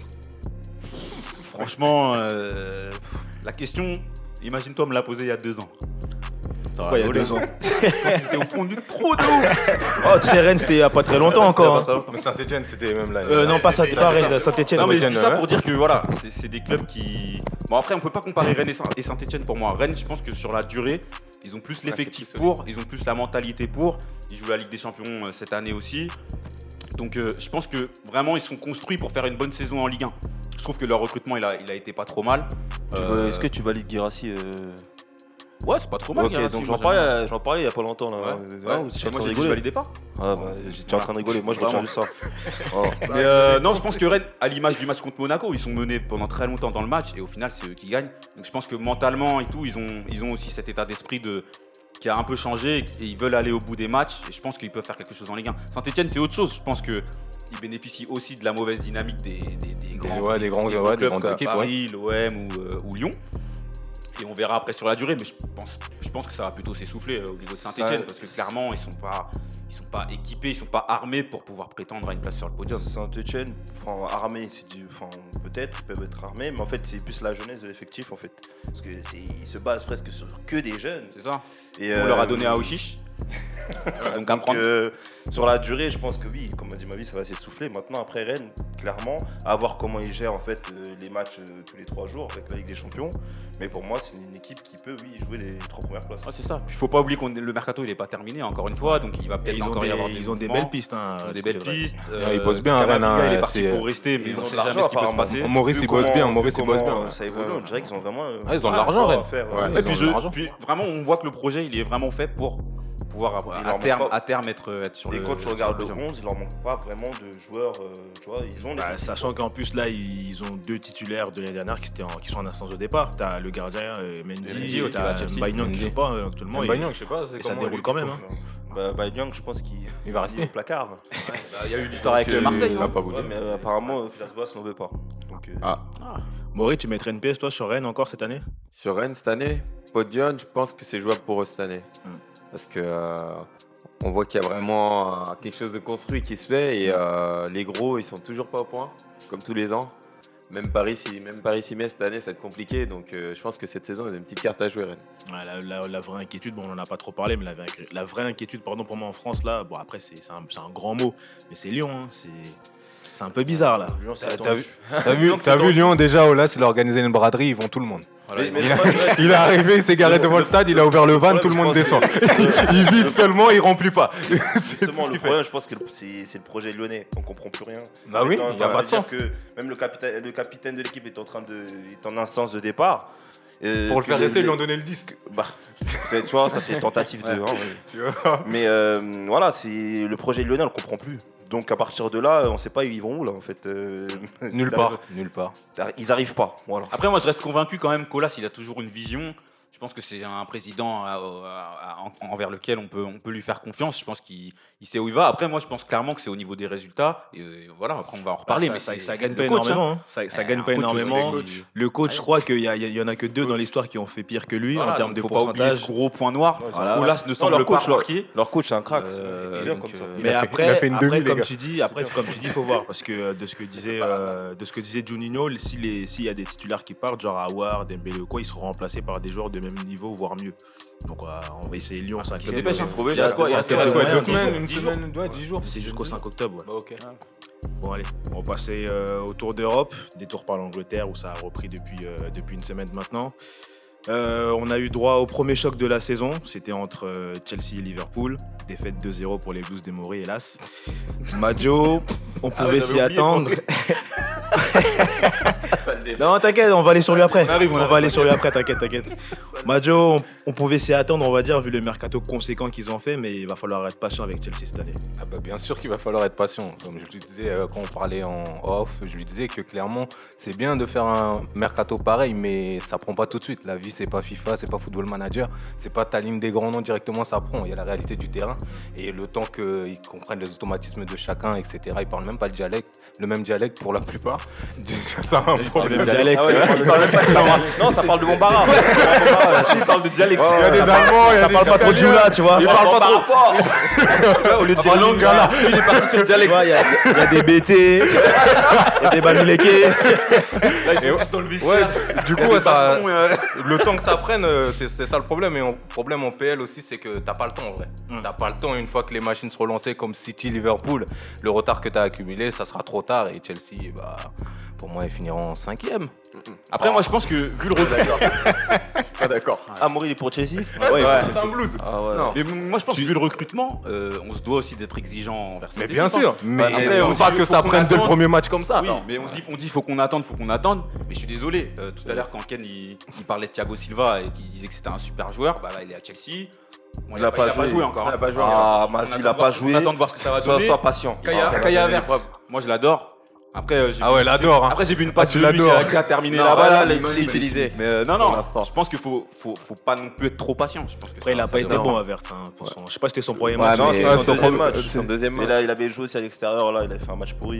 Franchement, euh, pff, la question, imagine-toi me la poser il y a deux ans. Pourquoi il y a deux ans? T'es au fond du trou de ouf. Oh, tu sais, Rennes, c'était il n'y a pas très longtemps encore. hein. Mais Saint-Etienne, c'était même là. Euh, non, pas, Saint- pas Rennes, Saint-Etienne. Non mais je dis Saint-Étienne, ça ouais. pour dire que voilà, c'est c'est des clubs qui... Bon après on peut pas comparer Rennes et Saint- et Saint-Etienne pour moi. Rennes je pense que sur la durée, ils ont plus l'effectif c'est plus pour, ils ont plus la mentalité pour. Ils jouent la Ligue des Champions euh, cette année aussi. Donc euh, je pense que vraiment ils sont construits pour faire une bonne saison en Ligue un. Je trouve que leur recrutement il a, il a été pas trop mal. Tu Euh, veux- Est-ce que tu valides Guirassy euh... Ouais c'est pas trop mal. Ok, Guirassy, donc moi, j'en parlais, j'aime euh, j'en parlais il y a pas longtemps là. bien. Euh, Ouais. hein, Ouais. vous étiez Et en moi train j'ai de dit je rigoler. validais pas. Ah bah j'étais en train de rigoler, moi je retiens Vraiment. juste ça. Oh. Mais euh, non, je pense que Rennes, à l'image du match contre Monaco, ils sont menés pendant très longtemps dans le match et au final, c'est eux qui gagnent. Donc je pense que mentalement et tout, ils ont, ils ont aussi cet état d'esprit de, qui a un peu changé et ils veulent aller au bout des matchs et je pense qu'ils peuvent faire quelque chose en Ligue un. Saint-Etienne, c'est autre chose. Je pense qu'ils bénéficient aussi de la mauvaise dynamique des, des, des grands, ouais, des grands- des ouais, des clubs grandes comme équipes, Paris, l'O M ou, euh, ou Lyon. Et on verra après sur la durée, mais je pense, je pense que ça va plutôt s'essouffler euh, au niveau de Saint-Etienne Ça- parce que clairement, ils sont pas, ils sont pas équipés, ils sont pas armés pour pouvoir prétendre à une place sur le podium. Saint-Etienne, enfin armé, c'est du, enfin peut-être ils peuvent être armés, mais en fait c'est plus la jeunesse de l'effectif en fait, parce que c'est, ils se basent presque sur que des jeunes. C'est ça. Et On euh, leur a donné à Auchiche. Donc à Donc prendre. euh, sur la durée, je pense que oui, comme a dit ma vie, ça va s'essouffler. Maintenant après Rennes, clairement, à voir comment ils gèrent en fait euh, les matchs euh, tous les trois jours avec la Ligue des Champions. Mais pour moi, c'est une équipe qui peut oui jouer les trois premières places. Ah, c'est ça. Il faut pas oublier que le mercato il est pas terminé encore une fois, donc il va Et peut-être ils ont, encore des, y avoir des ils ont des mouvements. belles pistes. Hein, Ils ont du des côté belles de Rennes. pistes. Ouais, ils bossent bien, Camavinga, Rennes, il est hein, parti c'est- pour rester, mais Ils on ont sait de jamais l'argent ce qui peut se apparemment. passer. Maurice, Vu il bosse comment- bien, vu Maurice, il bosse comment, bien. euh, Ça évolue, on dirait qu'ils ont vraiment. euh, Ah, ils ont de ouais, l'argent, fort à Rennes. faire, Ouais, ouais. Et ils puis, ont je, de l'argent. puis vraiment, on voit que le projet il est vraiment fait pour pouvoir à, Il à leur terme, manque pas- à terme être, être sur Et le. quand tu sur regardes le podium. onze, il leur manque pas vraiment de joueurs. euh, tu vois, ils ont. Bah, les- sachant qu'en plus là ils ont deux titulaires de l'année dernière qui, étaient en- qui sont en instance de départ. T'as le gardien euh, Mendy, Mendy, et ouais, qui va à t'as Chelsea. Mbagnon qui Mendy. joue pas euh, actuellement. et- Mbagnon, je sais pas, c'est et ça comment déroule lui, quand du même, coup, hein. Bah, bah, Young, je pense qu'il Il va rester. au placard. Bah, Il y a eu l'histoire avec Donc, euh, euh, Marseille. Il va non pas bouger. Ouais, mais euh, apparemment, Villas-Boas n'en veut pas. Donc, euh, Ah. Maury, tu mettrais une pièce toi sur Rennes encore cette année? Sur Rennes cette année, Podium, je pense que c'est jouable pour eux cette année. Hmm. Parce que euh, on voit qu'il y a vraiment euh, quelque chose de construit qui se fait et euh, les gros ils sont toujours pas au point, comme tous les ans. Même Paris, si, même Paris s'y met cette année, ça va être compliqué. Donc euh, je pense que cette saison, il y a une petite carte à jouer Rennes. Ouais, la, la- la vraie inquiétude, bon, on n'en a pas trop parlé, mais la, vraie- la vraie inquiétude pardon, pour moi en France, là, bon, après, c'est c'est un, c'est un grand mot, mais c'est Lyon. Hein, c'est c'est un peu bizarre, là. Lyon, c'est T'as attendu. vu, t'as vu, t'as vu Lyon déjà, oh là, s'il a organisé une braderie, ils vont tout le monde. Voilà, Mais- ils mais vont- le problème, Il est arrivé, il s'est garé devant le stade, il a ouvert le van, problème, tout le je monde pense descend. que- Il vide seulement, il remplit pas. C'est tout Justement, ce le qu'il fait. problème, je pense que le- c'est c'est le projet lyonnais. On comprend plus rien. Bah oui, Quand- il y a quand pas on de veut dire sens. que même le capitaine, le capitaine de l'équipe est en train de, est en instance de départ. Euh, Pour le que faire les- rester, ils lui ont donné le disque. Bah, c'est- tu vois, ça c'est tentative de. hein, ouais. Tu vois. Mais euh, voilà, c'est le projet lyonnais, on le comprend plus. Donc à partir de là, on sait pas ils vont où là en fait. euh, Nulle part, nulle part. Ils arrivent pas. Voilà. Après, moi, je reste convaincu quand même qu'Olas, il a toujours une vision. Je pense que c'est un président à- à- à- en- envers lequel on peut, on peut lui faire confiance. Je pense qu'il il sait où il va. Après, moi, je pense clairement que c'est au niveau des résultats. Et euh, voilà, après, on va en reparler. ça, mais ça, c'est ça gagne le pas coach, énormément. hein. hein. Ça, ça Eh, gagne un pas coach, énormément. c'est le coach. Le coach, je crois qu'il y, a- il y en a que deux dans l'histoire qui ont fait pire que lui Voilà, en termes donc de faut pas oublier pourcentage. ce gros point noir. Voilà. Olas ne semble leur pas coach, leur- marqué. Leur coach, c'est un crack. Euh, il vient donc, comme ça. euh, Mais Il a fait- après, il a fait une après, demi, les comme gars. tu dis, après, comme tu dis, il faut voir parce que euh, de ce que disait, euh, de ce que disait Juninho, si les, s'il y a des titulaires qui partent, genre Aouar, Dembélé ou quoi, ils seront remplacés par des joueurs de même niveau, voire mieux. Donc euh, on va essayer Lyon, c'est un club. dépêche, de- hein. Trouvé, Il reste quoi, il c'est reste un quoi, club Ouais, de deux moyens. semaines, une dix jours. semaine, ouais, dix jours. C'est jusqu'au cinq octobre. ouais. Bah, ok. Bon allez, on va passer euh, au Tour d'Europe, détour par l'Angleterre où ça a repris depuis, euh, depuis une semaine maintenant. Euh, on a eu droit au premier choc de la saison, c'était entre euh, Chelsea et Liverpool, défaite deux zéro pour les Blues des Maury hélas. Maggio, on pouvait ouais, s'y j'avais oublié, attendre. Non, t'inquiète, on va aller sur lui après. On arrive, on on arrive. va aller sur lui après, t'inquiète, t'inquiète. Majo, on, on pouvait s'y attendre, on va dire, vu le mercato conséquent qu'ils ont fait, mais il va falloir être patient avec Chelsea cette année. Ah bah bien sûr qu'il va falloir être patient. Comme je lui disais euh, quand on parlait en off, je lui disais que clairement c'est bien de faire un mercato pareil, mais ça prend pas tout de suite. La vie c'est pas FIFA, c'est pas Football Manager, c'est pas ta ligne des grands noms directement, ça prend. Il y a la réalité du terrain et le temps qu'ils comprennent les automatismes de chacun, et cetera. Ils parlent même pas le dialecte, le même dialecte pour la plupart. Ça a un problème. Le dialecte. Ah ouais, il parle même pas de ça. Non, ça parle de Bombara. Il parle de dialecte. Il y a des Allemands, il y a Ça des parle pas trop de Italiens. Djoula, tu vois. Il parle pas trop fort. Au lieu de dire langue, Lingala. lui, il est parti sur le Tu dialecte. vois, il y, a- il y a des B T, il y a des Bamileke. Là, ils sont tous dans le vestiaire. Ouais, du Il y a coup, des ouais, ça, bastons, euh, le temps que ça prenne, euh, c'est c'est ça le problème. Et le problème en P L aussi, c'est que t'as pas le temps en vrai. T'as pas le temps. Une fois que les machines seront lancées comme City, Liverpool, le retard que t'as accumulé, ça sera trop tard. Et Chelsea, bah, pour moi, ils finiront cinquième. Après, moi, je pense que vu le recrutement. Pas d'accord. Amaury, il est pour Chelsea Ouais, Ouais. C'est un blues. Ah ouais. Non. Mais moi, je pense que vu le recrutement, euh, on se doit aussi d'être exigeant envers cette Mais équipe, bien hein. sûr. Mais après, on on pas dit, que faut ça qu'on prenne dès le attende. premier match comme ça. Oui, mais on se dit, on dit faut qu'on attende, faut qu'on attende. Mais je suis désolé. euh, tout à l'heure, quand Ken il, il parlait de Thiago Silva et qu'il disait que c'était un super joueur, bah là, il est à Chelsea. Bon, Il a pas joué. encore. Il a hein. pas joué. Ah, On ma attend vie, il de a voir pas ce- joué. On attend de voir ce que ça va Sois donner. sois patient. Kaya, Ah, Kaya ça va Havertz, donner moi je l'adore. Après, euh, j'ai Ah vu- ouais, l'adore. hein. Après, j'ai vu une passe tu de lui qui l'adores. a, qui a terminé Non, là-bas. voilà, là, il mais- m'a utilisé. Mais euh, non, Pour non, l'instant. je pense qu'il faut, faut, faut pas non plus être trop patient. Je pense que Après, il ça- a ça pas été devrait- bon à Verts. Hein, pour son... Je sais pas si c'était son premier Ouais, match. Non, mais c'est ouais, son son deuxième premier- match. c'est son deuxième Et match. là, il avait joué aussi à l'extérieur, là, il avait fait un match pourri.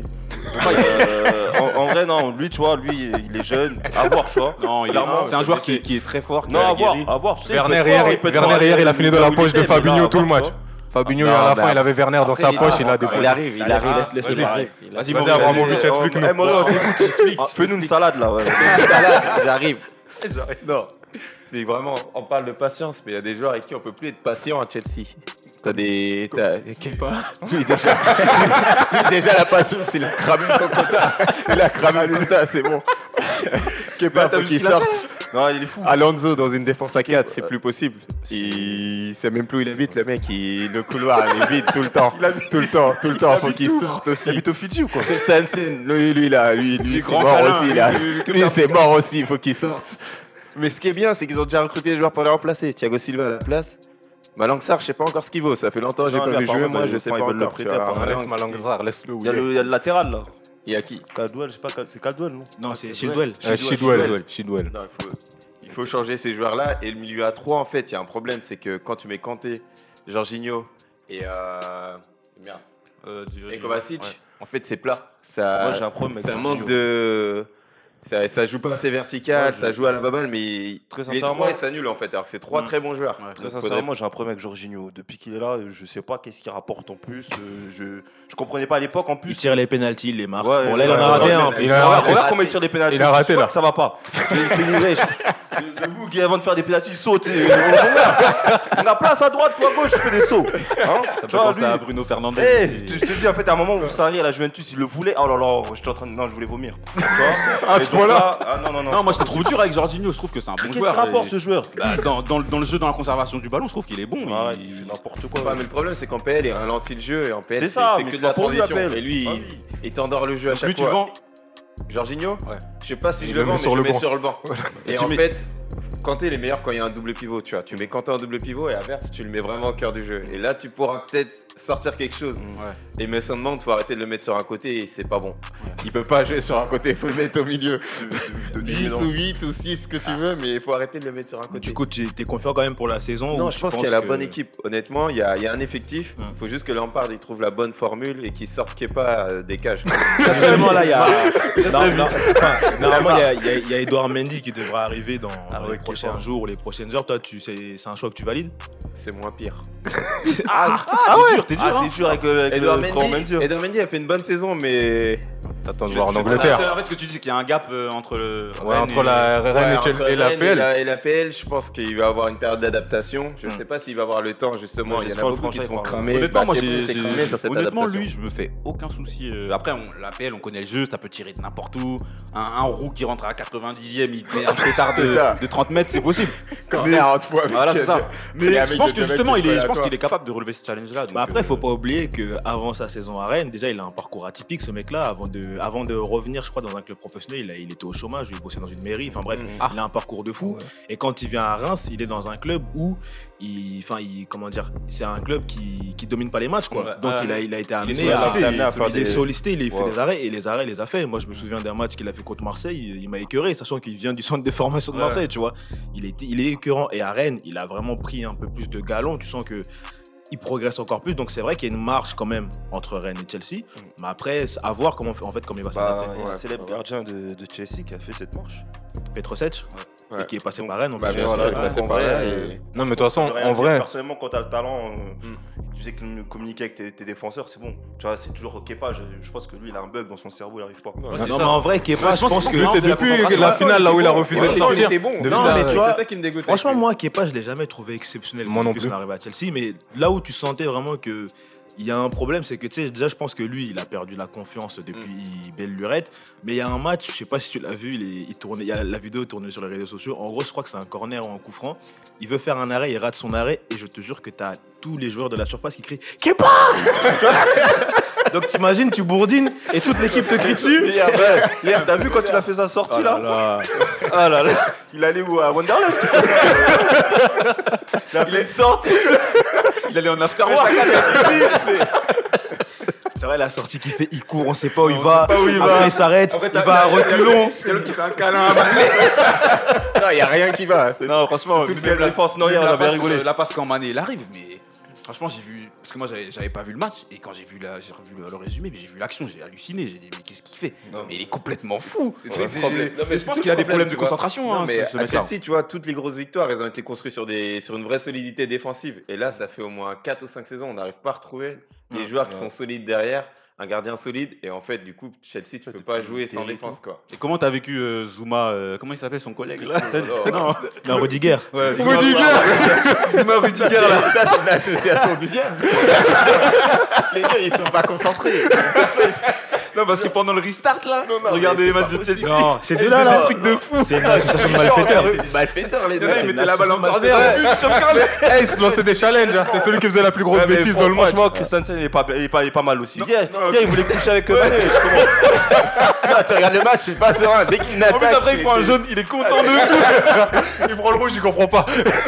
Euh, en, en vrai, non, lui, tu vois, lui, il est jeune. À voir, tu vois. Non, il est- Clairement, c'est un joueur c'est- qui, qui est très fort. qui Non, est à voir, aguerri. à voir. Tu sais, Werner il peut être hier, fort, il peut être Werner fort, hier, il a il fini peut dans la être poche de mais là, Fabinho à tout le voir, match. tu vois. Fabinho, Non, à la mais fin, il avait Werner dans Après, sa il poche, arrive, il a déposé. Il arrive, il Allez, arrive. laisse- laisse-le Vas-y, parler. il Vas-y, Vas-y, Maurice. Abramovich, explique-nous. Eh, Maurice, on t'écoute, explique. Fais-nous une salade, là, ouais. J'arrive. Non, c'est vraiment, on parle de patience, mais il y a des joueurs avec qui on peut plus être patient à Chelsea. T'as des. T'as. Kepa. Lui, déjà. Lui, déjà, la patience, il a cramé son quota. Il a cramé le quota, c'est bon. Kepa, t'as faut vu qu'il ce qu'il a sorte. Non, il est fou. Alonso dans une défense à quatre, c'est plus possible. Il sait même plus où il habite, le mec. Il... Le couloir, il est vide tout le temps. Tout le temps, tout le temps. Faut qu'il sorte aussi. Il habite au Fidji ou quoi Christensen, lui, lui, là, lui, lui, c'est grands mort câlins, aussi. lui, Là. lui, lui, Lui, c'est mort aussi. Il faut qu'il sorte. Mais ce qui est bien, c'est qu'ils ont déjà recruté des joueurs pour les remplacer. Thiago Silva à la place. Malangsar, je sais pas encore ce qu'il vaut. Ça fait longtemps que j'ai Non, pas lui, vu jouer. apparemment, Moi, ils je sais veulent- pas ils veulent le encore. tu prêter, vois. apparemment. Laisse Malangzar, laisse-le. Il y, a le, il y a le latéral, là. Il y a qui Caldwell, je sais pas, c'est Caldwell, non Non, c'est Chilwell. Euh, Chilwell. Chilwell. Non, il faut, il faut changer ces joueurs-là. Et le milieu à trois, en fait, il y a un problème. C'est que quand tu mets Kanté, Jorginho et. Euh... Merde. Euh, du- Et Kovacic, Ouais. en fait, c'est plat. Ça, Moi, j'ai un problème avec ça Jorginho. manque de. Ça, ça joue pas assez vertical, Ouais, je- ça joue à la baballe, mais Très les sincèrement- trois, ils s'annulent en fait. Alors que c'est trois Mm. très bons joueurs. Ouais, Très Donc, sincèrement, faudrait- j'ai un problème avec Jorginho. Depuis qu'il est là, je sais pas qu'est-ce qu'il rapporte en plus. euh, je, je comprenais pas à l'époque en Il plus. tire les pénaltys, il les marque. Ouais, Bon, là, il ouais, en a ouais, raté ouais, un. ouais, puis- il a regarde, raté. regarde comment il tire des pénaltys. Il a raté, Je vois là. que ça va pas. Je- je te disais, je- Le le Boug, avant de faire des pénaltys, il saute. et- On a place à droite, toi à gauche, je fais des sauts. Hein Ça Tu peut vois, penser lui- à Bruno Fernandes. Eh, aussi. tu- je te dis, en fait, à un moment où Sarri à la Juventus, il le voulait. Oh là là, j'étais en train de. Non, je voulais vomir. Tu vois À Et ce donc point-là là- Ah non, non, non. Non, moi je te trouve dur avec Jorginho. Je trouve que c'est un bon Qu'est-ce joueur. qu'il rapporte et- ce joueur Bah, dans, dans, le- dans le jeu, dans la conservation du ballon, je trouve qu'il est bon. Arrête, il- il fait n'importe quoi. Ouais, mais le problème, c'est qu'en P L, il ralentit le jeu et en P L, C'est c'est ça, c'est mais que c'est de la pas pour lui, la transition. P L. Et lui, Ah il- oui. il t'endort le jeu à chaque Lui, tu fois. le vends. Jorginho, Ouais. je sais pas si Il je le le vends, met mais sur je le le mets banc. sur le banc. Et tu en mets- fait, Kanté, il est meilleur quand il y a un double pivot, tu vois. Tu mets Kanté en double pivot et Havertz, tu le mets vraiment au cœur du jeu. Et là, tu pourras peut-être sortir quelque chose. Ouais. Et Mason Mount, faut arrêter de le mettre sur un côté et c'est pas bon. Il peut pas jouer sur un côté, il faut le mettre au milieu. dix ou huit ou six, ce que tu veux, mais il faut arrêter de le mettre sur un côté. Du coup, tu es confiant quand même pour la saison non, ou je tu pense qu'il y a penses la que- bonne équipe. Honnêtement, il y a, il y a un effectif. Il Hum. faut juste que Lampard il trouve la bonne formule et qu'il sorte Kepa euh, des cages. Actuellement, là, il y a. Non, non, enfin, normalement, il y a- il y a- il y a Edouard Mendy qui devrait arriver dans Ah dans ouais, les prochains Kepa. jours ou les prochaines heures. Toi, tu, c'est, c'est un choix que tu valides? C'est moins pire. Ah ouais T'es dur, Ah, hein t'es dur avec, euh, avec Edouard le frère Mendy, Mendy. Edouard Mendy a fait une bonne saison, mais T'attends de Je- voir en je- Angleterre. En fait, ce que tu dis, c'est qu'il y a un gap euh, entre le. Ouais, Rennes entre et- la Rennes Ouais, et entre Chelsea et la Rennes P L. Et la, et la P L, je pense qu'il va avoir une période d'adaptation. Je ne Mm. sais pas s'il va avoir le temps, justement. Ouais, il y en a j'espère le beaucoup qui se font franchise, cramer. Honnêtement, Bah, moi, Kepa j'ai, s'est j'ai- cramé sur cette honnêtement, adaptation. lui, je me fais aucun souci. euh, Après, on, la P L, on connaît le jeu, ça peut tirer de n'importe où. Un, un roux qui rentre à quatre-vingt-dixième, il te met un pétard C'est ça. de, de trente mètres, c'est possible. Corner en fois. Voilà, c'est ça. Il y Mais a un je mec pense de que deux mètres justement, qui il est, colle je à pense toi. qu'il est capable de relever ce challenge-là. donc, Bah après, euh, faut pas oublier qu'avant sa saison à Rennes, déjà, il a un parcours atypique, ce mec-là, avant de, que avant de revenir, je crois, dans un club professionnel, il, a, il était au chômage, il bossait dans une mairie. Enfin bref, Ah. il a un parcours de fou. Ouais. Et quand il vient à Reims, il est dans un club où, il, enfin, il, comment dire, c'est un club qui, qui domine pas les matchs, quoi. Ouais. Donc Ah, il a, il a été il est amené à, sollicité, il est amené à faire il est des- sollicité, il a fait Ouais. des arrêts et les arrêts, il les a fait. Moi, je me souviens d'un match qu'il a fait contre Marseille, il, il m'a écœuré, sachant qu'il vient du centre de formation de Ouais. Marseille, tu vois. Il est, il est écœurant. Et à Rennes, il a vraiment pris un peu plus de galon. Tu sens que il progresse encore plus. Donc c'est vrai qu'il y a une marge quand même entre Rennes et Chelsea. Mais après, c'est à voir comment, en fait, comment il va Bah, s'adapter. il y a un Ouais. célèbre gardien de, de Chelsea qui a fait cette marche. Petrosec, Ouais. et qui est passé Donc, par Rennes. en Bah, plus. bien sûr, voilà, il est passé en par vrai, là. euh, et- Non, mais de toute façon, Je peux rien en dire. vrai, Personnellement, quand tu as le talent, euh, tu sais que communiquer avec tes, tes défenseurs, c'est bon. Tu vois, c'est toujours Kepa. Je, je pense que lui, il a un bug dans son cerveau, il n'arrive pas. Non, Ouais, Non, c'est mais ça. en vrai, Kepa, Ouais, je pense que. lui, c'est c'est la depuis concentration. la finale là où il a refusé de Ouais, sortir. il était bon. Depuis Non, ça, mais tu vois, c'est ça qui me dégoûtait. Franchement, moi, Kepa, je l'ai jamais trouvé exceptionnel Moi quand non il puisse plus. arriver à Chelsea. Mais là où tu sentais vraiment que il y a un problème, c'est que tu sais, déjà, je pense que lui, il a perdu la confiance depuis Belle Lurette. Mais il y a un match, je sais pas si tu l'as vu, il, est- il tournait, il y a la vidéo tournée sur les réseaux sociaux. En gros, je crois que c'est un corner ou un coup franc. Il veut faire un arrêt, il rate son arrêt, et je te jure que tu as tous les joueurs de la surface qui crient Kepa. Donc t'imagines, tu bourdines et toute l'équipe te crie dessus. Hier, ouais, hier, t'as vu quand il a fait sa sortie là Ah là là. Il allait où? À Wanderlust. Il a fait une sortie. Il allait en afterwork. C'est vrai, la sortie qu'il fait, il court, on sait pas où il On va. sait pas où il Après, va. il s'arrête, Après, il t'as- va à il y a- il y a- reculons. Il y a l'autre qui fait un câlin à Mané. Non, il n'y a rien qui va. c'est- Non, franchement, Toute toute la défense, non, hier, même on la a bien passe, rigolé. euh, La passe quand Mané il arrive, mais franchement j'ai vu, parce que moi j'avais, j'avais pas vu le match et quand j'ai vu la, j'ai revu le, le résumé, mais j'ai vu l'action, j'ai halluciné, j'ai dit mais qu'est-ce qu'il fait? Non. Mais il est complètement fou. C'est Ouais, tout le problème. Non, mais je c'est pense tout qu'il a le des problèmes problème, de tu vois. concentration, Non, hein, mais ce, ce à mec-là. Chelsea, tu vois, toutes les grosses victoires, elles ont été construites sur, des, sur une vraie solidité défensive. Et là, ça fait au moins quatre ou cinq saisons, on n'arrive pas à retrouver des joueurs qui sont solides derrière, un gardien solide. Et en fait, du coup, Chelsea, tu peux pas jouer sans terrible. défense, quoi. Et comment t'as vécu euh, Zouma, euh, comment il s'appelle son collègue là? Oh, Non, Non, Rudiger. ouais, Rudiger. Zouma Rudiger Ça, là. c'est- ça, c'est une association du diable. Les gars, ils sont pas concentrés. Non, parce que pendant le restart là, Non, non, regardez mais les c'est matchs pas de Chelsea. Non, c'est Ils deux là, faisaient là. des trucs de fou. C'est une association de malfaiteurs. Malfaiteurs, les Il deux. y en a, c'est ils une mettaient la balle en association corner, but sur le corner. Eh, il se lançait des challenges. hein. C'est celui qui faisait la plus grosse Ouais, mais bêtise fran- dans le match. Franchement, Christensen, il est pas, il est pas, il est pas mal aussi. Hier, hier, il voulait coucher avec Mané. je comprends. Non, tu regardes le match, c'est pas serein. Dès qu'il En attaque. plus après il prend un c'est- jaune, il est content de fou. Il prend le rouge, il comprend pas.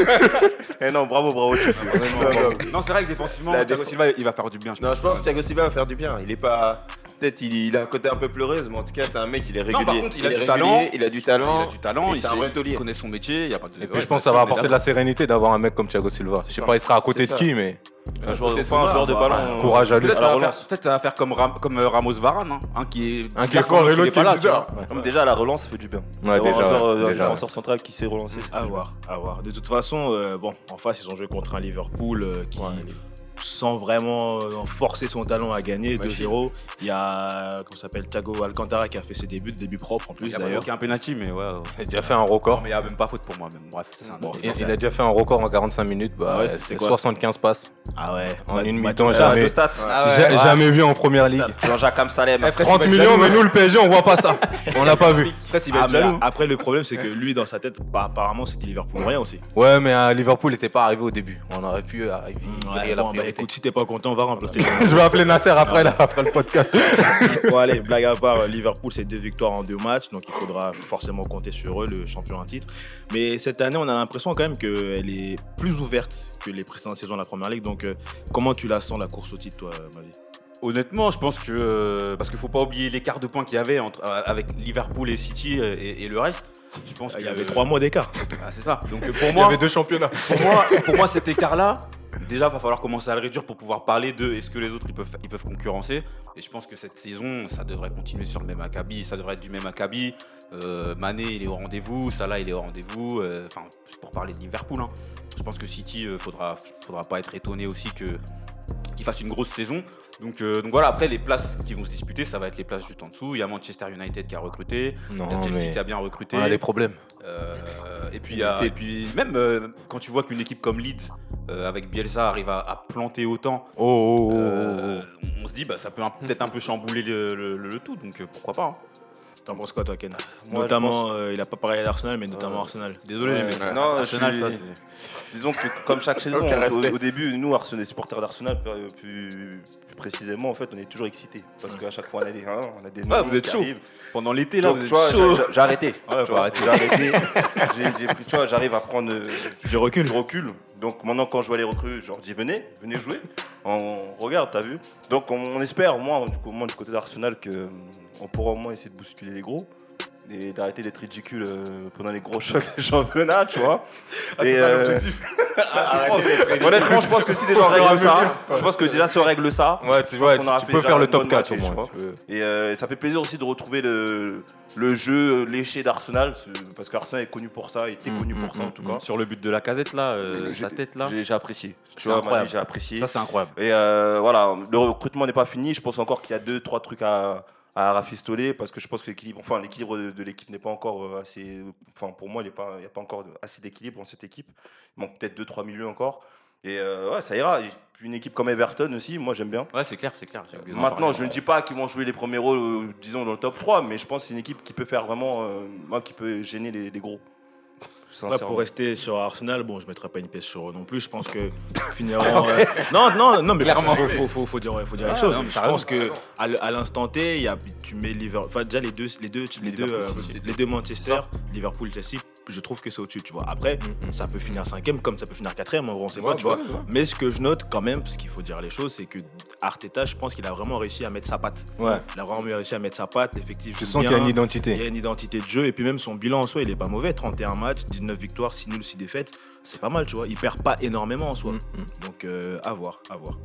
Eh non, bravo, bravo. Chelsea. Non, c'est vrai que défensivement, La Thiago défense- Silva il va faire du bien. Non, je pense que Thiago Silva va faire du bien. Il est pas. Peut-être il, il a un côté un peu pleureuse, mais en tout cas, c'est un mec, il est régulier. Non, par contre, il a est du régulier, talent. Il a du talent. Il a du talent, et il, c'est un sait- vrai il taulier. connaît son métier, il y a pas de. Et puis je pense que ça va apporter de la sérénité d'avoir un mec comme Thiago Silva. Je sais pas, il sera à côté C'est de ça. qui, mais Un joueur de Peut-être fin, un joueur de Thomas, ballon. courage à lui. Peut-être À ça, la va faire- relance. peut-être ça va faire comme, Ram- comme euh, Ramos Varane, hein, un qui est. un qui est fort et l'autre qui pas est là, tu bizarre. vois. Comme déjà, la relance, ça fait du bien. Ouais, D'avoir déjà, un joueur, euh, un déjà. défenseur central qui sait relancer. À voir, à voir. De toute façon, euh, bon, en face, ils ont joué contre un Liverpool euh, qui, sans vraiment euh, forcer son talent à gagner, deux zéro. Il y a, comment ça s'appelle, Thiago Alcantara qui a fait ses débuts, début propre en plus Il y a d'ailleurs. aucun penalty, mais ouais. ouais. Il a déjà fait un Non, record. mais il n'y a même pas faute pour moi, même. Bref, c'est ça. Bon, Il, ça, il a déjà fait un record en quarante-cinq minutes. Bah, Ah ouais, ouais, c'était c'était quoi soixante-quinze passes. Ah ouais. En Mad- une Mad- mi-temps, Mad- jamais. De stats. Ah ouais. J'ai jamais vu en première ligue. Jean-Jacques Amsalem. Eh, Fress, il trente va être millions, jaloux, mais hein. nous, le P S G, on voit pas ça. On l'a pas vu. Fress, il va Ah, être mais jaloux. après, le problème, c'est que lui, dans sa tête, bah, apparemment, c'était Liverpool ou rien aussi. Ouais, mais à Liverpool, il était pas arrivé au début. On aurait pu arriver. Ouais, griller la bon, bah priorité. écoute, si t'es pas content, on va remplacer. Je vais appeler Nasser après, là, après le podcast. Bon, allez, blague à part, Liverpool, c'est deux victoires en deux matchs, donc il faudra forcément compter sur eux, le champion en titre. Mais cette année, on a l'impression quand même qu'elle est plus ouverte que les précédentes saisons de la Première Ligue. Donc, euh, comment tu la sens, la course au titre, toi, Mavi? Honnêtement, je pense que. euh, parce qu'il faut pas oublier l'écart de points qu'il y avait entre, euh, avec Liverpool et City euh, et, et le reste. Je pense Il y que- avait trois mois d'écart. Ah, c'est ça. Donc euh, pour Il y moi, avait deux championnats. pour moi, pour moi, cet écart-là, déjà, va falloir commencer à le réduire pour pouvoir parler de est-ce que les autres ils peuvent, ils peuvent concurrencer. Et je pense que cette saison, ça devrait continuer sur le même acabit. Ça devrait être du même acabit. Euh, Mané, il est au rendez-vous. Salah, il est au rendez-vous. Euh, Enfin, pour parler de Liverpool, hein. Je pense que City, euh, faudra, faudra pas être étonné aussi que qu'il fasse une grosse saison. Donc, euh, donc voilà, après les places qui vont se disputer, ça va être les places juste en dessous. Il y a Manchester United qui a recruté. Non, Il y a Chelsea mais qui a bien recruté. on a des problèmes. Euh, et, puis, il y a- et puis même euh, quand tu vois qu'une équipe comme Leeds, euh, avec Bielsa, arrive à, à planter autant, Oh, oh, oh, euh, oh, oh. on se dit bah ça peut un- peut-être un peu chambouler le, le- le- le tout, donc euh, pourquoi pas. hein. T'en penses quoi, toi, Ken? Moi, Notamment, je pense- euh, il a pas parlé d'Arsenal, mais notamment Ouais. Arsenal. Désolé, Ouais, les mecs. ouais. Non, Arsenal, je ça, suis- c'est. Disons que comme chaque saison, Aucun au, respect. au début, nous, Arsenal, les supporters d'Arsenal, plus, plus, plus précisément, en fait, on est toujours excités. Parce qu'à chaque fois, on a des, hein, on a des Ouais, nouveaux vous êtes qui chaud. arrivent. Pendant l'été, là, Donc, vous tu êtes vois, chaud. j'ai- j'ai arrêté. Ouais, Tu faut vois, arrêter. j'ai arrêté. J'ai- j'ai pris- tu vois, j'arrive à prendre euh, Du recul. du recul. Donc maintenant, quand je vois les recrues, je leur dis venez, venez jouer. On regarde, t'as vu. Donc on, on espère, moi, du, coup, moi, du côté d'Arsenal, qu'on pourra au moins essayer de bousculer les gros. Et d'arrêter d'être ridicule euh, pendant les gros chocs du championnat, tu vois. Et, euh, honnêtement, je pense que si des gens règlent ça, je pense que déjà si on règle ça, Ouais, tu, je pense ouais, qu'on aura tu fait peux déjà faire le une top bonne quatre au moitié, tu moins. vois. tu peux- Et euh, ça fait plaisir aussi de retrouver le, le jeu léché d'Arsenal, ce- parce qu'Arsenal est connu pour ça, était Mm, connu mm, pour ça en mm, tout mm. cas. Sur le but de la casette, là, euh, J'ai- sa tête, là. J'ai j'ai apprécié. Tu C'est vois, incroyable. moi, j'ai apprécié. Ça, c'est incroyable. Et euh, voilà, le recrutement n'est pas fini. Je pense encore qu'il y a deux, trois trucs à, à rafistoler parce que je pense que l'équilibre, enfin, l'équilibre de, de l'équipe n'est pas encore euh, assez. Enfin, pour moi, il n'y a pas encore de- assez d'équilibre dans cette équipe. Il manque peut-être deux, trois milieux encore. Et euh, ouais, ça ira. Une équipe comme Everton aussi, moi j'aime bien. Ouais, c'est clair, c'est clair. J'ai oublié d'en Maintenant, parler. je ne dis pas qu'ils vont jouer les premiers rôles, euh, disons, dans le top trois, mais je pense que c'est une équipe qui peut faire vraiment. euh, moi, qui peut gêner les, les gros. Ouais, Sincèrement. pour rester sur Arsenal, bon, je mettrai pas une pièce sur eux non plus. Je pense que finiront. euh, Non, non, non, mais Clairement. faut, faut, faut, faut dire, faut dire les Ah, choses. non, mais Je t'as pense raison. que à l- à l'instant T, il y a, tu mets Liverpool. Enfin, déjà les deux, les deux, les deux, euh, les deux Manchester, Liverpool, Chelsea. Je trouve que c'est au-dessus, tu vois. Après, ça peut finir cinquième comme ça peut finir quatrième. En vrai, on sait pas, Ouais, tu bah, vois. ouais. Mais ce que je note quand même, parce qu'il faut dire les choses, c'est que Arteta, je pense qu'il a vraiment réussi à mettre sa patte. Ouais. Il a vraiment réussi à mettre sa patte. L'effectif Tu joue sens qu'il y a bien. une Il y identité. a une identité de jeu et puis même son bilan en soi il est pas mauvais, trente et un matchs, dix-neuf victoires, six nuls, six défaites, c'est pas mal tu vois, il perd pas énormément en soi. Mm, mm. Donc euh, à voir, à voir.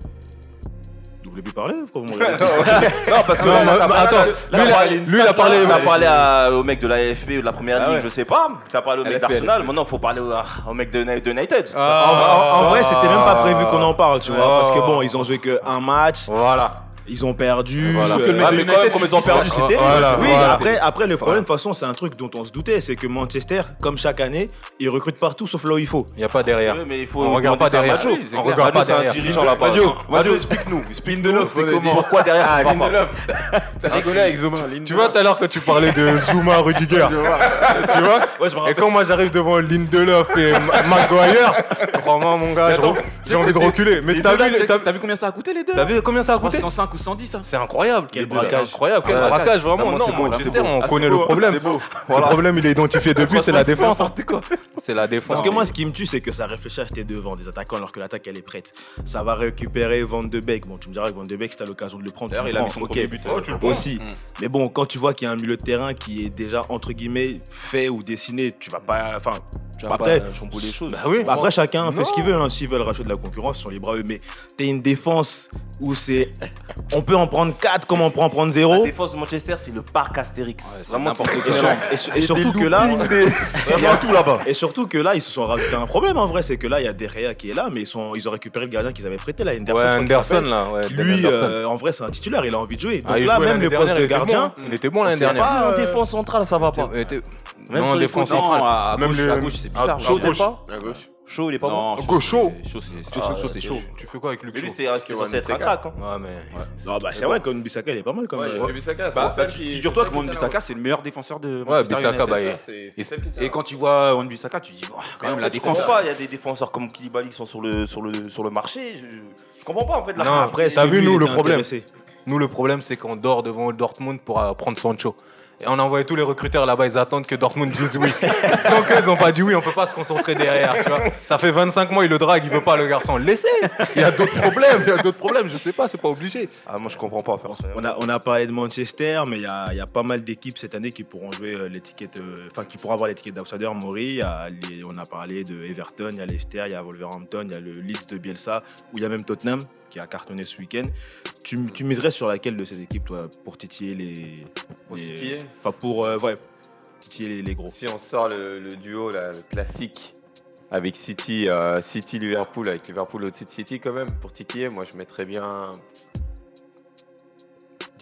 Vous voulez plus parler Pourquoi vous me regardez Non, parce que Non, là, mais- t'as mais pas- attends, là, lui, t'as il a- parlé- lui, il a parlé- t'as parlé à- au mec de la F P ou de la première Ah ligue, ouais. je sais pas. T'as parlé au mec L F P, d'Arsenal. L F P. Maintenant, faut parler au, au mec de, de United. en, en- en vrai c'était même pas prévu qu'on en parle tu vois, Oh. parce que bon ils ont joué que un match, Voilà. ils ont perdu. Voilà. euh, Sauf que le mec Ah, de mais United, quand même, comme ils ont perdu, Ah, c'était. voilà. Oui, voilà. après, après, le problème, de toute façon, c'est un truc dont on se doutait, c'est que Manchester, comme chaque année, ils recrutent partout sauf là où il faut. Il n'y a pas derrière. Ouais, mais il faut On regarde pas demander ça à derrière. Majo. On Majo, regarde pas c'est un derrière. dirigeant là-bas. Majo, Majo, explique-nous. Explique-nous c'est comment pourquoi derrière Ah, ça ne va pas. Lindelof. T'as rigolé avec Zuma. Tu vois, tout à l'heure, quand tu parlais de Zuma, Rudiger, tu vois, et quand moi j'arrive devant Lindelof et M- Maguire, crois-moi, mon gars, Mais je attends, re- tu j'ai sais envie que de c'est- reculer. Mais Les t'as deux, là, vu, tu sais- t'as- t'as vu combien ça a coûté les deux t'as vu combien ça a Je crois que coûté? c'est cent cinq ou cent dix. Hein. C'est incroyable. Quel C'est braquage. incroyable. Quel Ouais. braquage, vraiment. Non, moi, Non, c'est beau, là, Manchester, c'est beau. on Ah, connaît c'est le beau, problème. c'est beau. Le problème, il est identifié depuis, c'est la défense. hein. N'importe quoi. C'est la défense. Parce que moi, ce qui me tue, c'est que ça réfléchit à acheter devant des attaquants alors que l'attaque elle est prête. Ça va récupérer Van de Beek. Bon, tu me diras que Van de Beek, si t'as l'occasion de le prendre, tu D'ailleurs, le il a mis prends. son Ok. premier but. euh, tu le prends. Aussi. Mais bon, quand tu vois qu'il y a un milieu de terrain qui est déjà entre guillemets fait ou dessiné, tu vas pas. Enfin, Tu vas après, pas chambouler les choses. Bah oui. bah après chacun fait Non. ce qu'il veut. Hein. S'ils veulent racheter de la concurrence, ce sont libres à eux. Mais t'es une défense où c'est. On peut en prendre quatre comme on peut en prendre La zéro. défense de Manchester, c'est le parc Astérix. c'est Vraiment, n'importe c'est Et, excellent. sur- et- et surtout que là, Vraiment tout là-bas. et surtout que là, ils se sont rajoutés un problème en vrai, c'est que là, il y a Derrea qui est là, mais ils, sont, ils ont récupéré le gardien qu'ils avaient prêté là, Henderson. Ouais, je crois qu'il Anderson s'appelle, là. ouais, qui, Ben lui, Anderson. euh, en vrai, c'est un titulaire, il a envie de jouer. Donc Ah, il là, jouait même l'année le poste dernière, de il était gardien, bon, hein. Il était bon l'année sait dernière. pas. Ah, en euh, défense centrale, ça va pas. Il était- Même Non, sur les défense côtés. centrale. Non, à Même gauche, le- à gauche, c'est à bizarre. gauche, Chaud, Genre, t'aimes pas À gauche. Chaud, il est pas bon. Non, Go chaud. Chaud, c'est Ah, chaud, chaud, c'est ok. chaud. Tu fais quoi avec Luc Mais lui, Shaw? c'était c'était censé être un crack. hein. Ouais, mais. non, bah, c'est vrai que Bissaka, il est pas mal quand Ouais, même. il a fait Bissaka. Bah, c'est celle qui- figure-toi c'est que celle qui Wan tient la Bissaka, c'est le meilleur défenseur de Ouais, Manchester Bissaka, United. bah, route. il- Ça, c'est- c'est celle qui tient Et la quand tu vois Wan Bissaka, tu dis, bon, quand même, la Je défense. comprends pas, il y a des défenseurs comme Koulibaly qui sont sur le, sur le, sur le marché. Je, je comprends pas en fait. La Non, frappe. Après, est-ce T'as que vu, lui, nous, il le était problème intéressé Nous, le problème, c'est qu'on dort devant Dortmund pour euh, prendre Sancho. Et on a envoyé tous les recruteurs là-bas, ils attendent que Dortmund dise oui. Tant qu'ils n'ont pas dit oui, on peut pas se concentrer derrière, tu vois. Ça fait vingt-cinq mois, il le drague, il veut pas le garçon. Laissez. Il y a d'autres problèmes, il y a d'autres problèmes, je sais pas, c'est pas obligé. Ah, moi je comprends pas. personnellement. On a, on a parlé de Manchester, mais il y a, il y a pas mal d'équipes cette année qui pourront jouer euh, l'étiquette, euh, enfin qui pourront avoir l'étiquette d'outsider. Mori, il y a les- on a parlé de Everton, il y a Leicester, il y a Wolverhampton, il y a le Leeds de Bielsa, ou il y a même Tottenham qui a cartonné ce week-end. Tu, tu miserais sur laquelle de ces équipes, toi, pour titiller les, Pour les- titiller enfin pour euh, ouais, titiller les, les gros. Si on sort le, le duo là, le classique avec City, euh, City Liverpool, avec Liverpool au-dessus de City quand même, pour titiller, moi je mettrais bien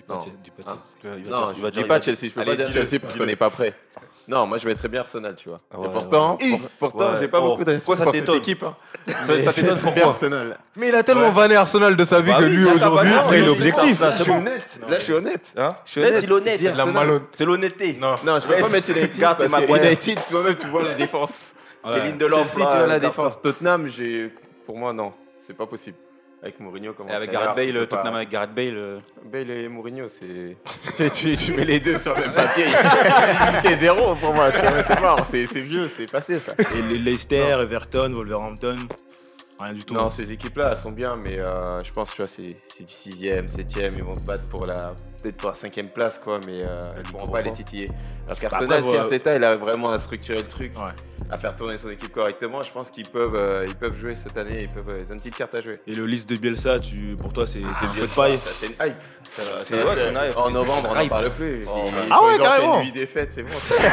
Non. Dis pas Hein Chelsea. Il va Non, dire- il va je dis dire- pas Chelsea, je peux Allez, pas dire dis-le, Chelsea parce dis-le. qu'on n'est pas prêt. Non, moi je mettrais bien Arsenal, tu vois. Ah Et ouais, pourtant, ouais. pour- pourtant Ouais. j'ai pas Oh, beaucoup de respect pourquoi ça pour cette t'étonne équipe. Hein. Ça, Mais ça t'étonne je mettrais bien pourquoi Arsenal. Mais il a tellement vanné Arsenal de sa vie Bah que oui, lui t'as pas aujourd'hui. vanné, c'est oui, l'objectif. ça, Je c'est suis bon. honnête. Là, je suis honnête. Hein Je suis Laisse, honnête. il est honnête. Je dis La Arsenal. malhonnête. C'est l'honnêteté. Non. Non, je peux pas Laisse. mettre United Garde parce tes que Maguire. United, toi-même, tu vois la défense. Ouais. Tes lignes de l'offre. Chelsea, tu vois la là, défense. garde Tottenham, j'ai... pour moi, non. C'est pas possible. Avec Mourinho comme Et avec entraîneur, Gareth tu Bale, peux pas- Tottenham avec Gareth Bale. euh, Bale et Mourinho, c'est. tu, tu, tu mets les deux sur le même papier. C'est zéro pour moi. Tu vois, c'est mort. C'est, c'est vieux, c'est passé ça. Et les Leicester, Everton, Wolverhampton, rien du tout. Non, ces équipes-là, elles sont bien, mais euh, je pense, tu vois, c'est, c'est du sixième, septième. Ils vont se battre pour la, peut-être pour la cinquième place, quoi, mais euh, ils pourront pas les titiller. Alors qu'Arsenal, après, si voilà. Arteta, il a vraiment à structurer le truc, Ouais. à faire tourner son équipe correctement, je pense qu'ils peuvent, euh, ils peuvent jouer cette année. Ils peuvent, ils ont une petite carte à jouer. Et le liste de Bielsa, tu, pour toi, c'est c'est un bien feu de sûr, paille. ça, c'est une hype. Ça, C'est- c'est- ouais, c'est une hype. En novembre, on n'en hype. parle plus. Oh, Ils- man. ils Ah font- ouais, ils enchaînent carrément. huit défaites, c'est bon.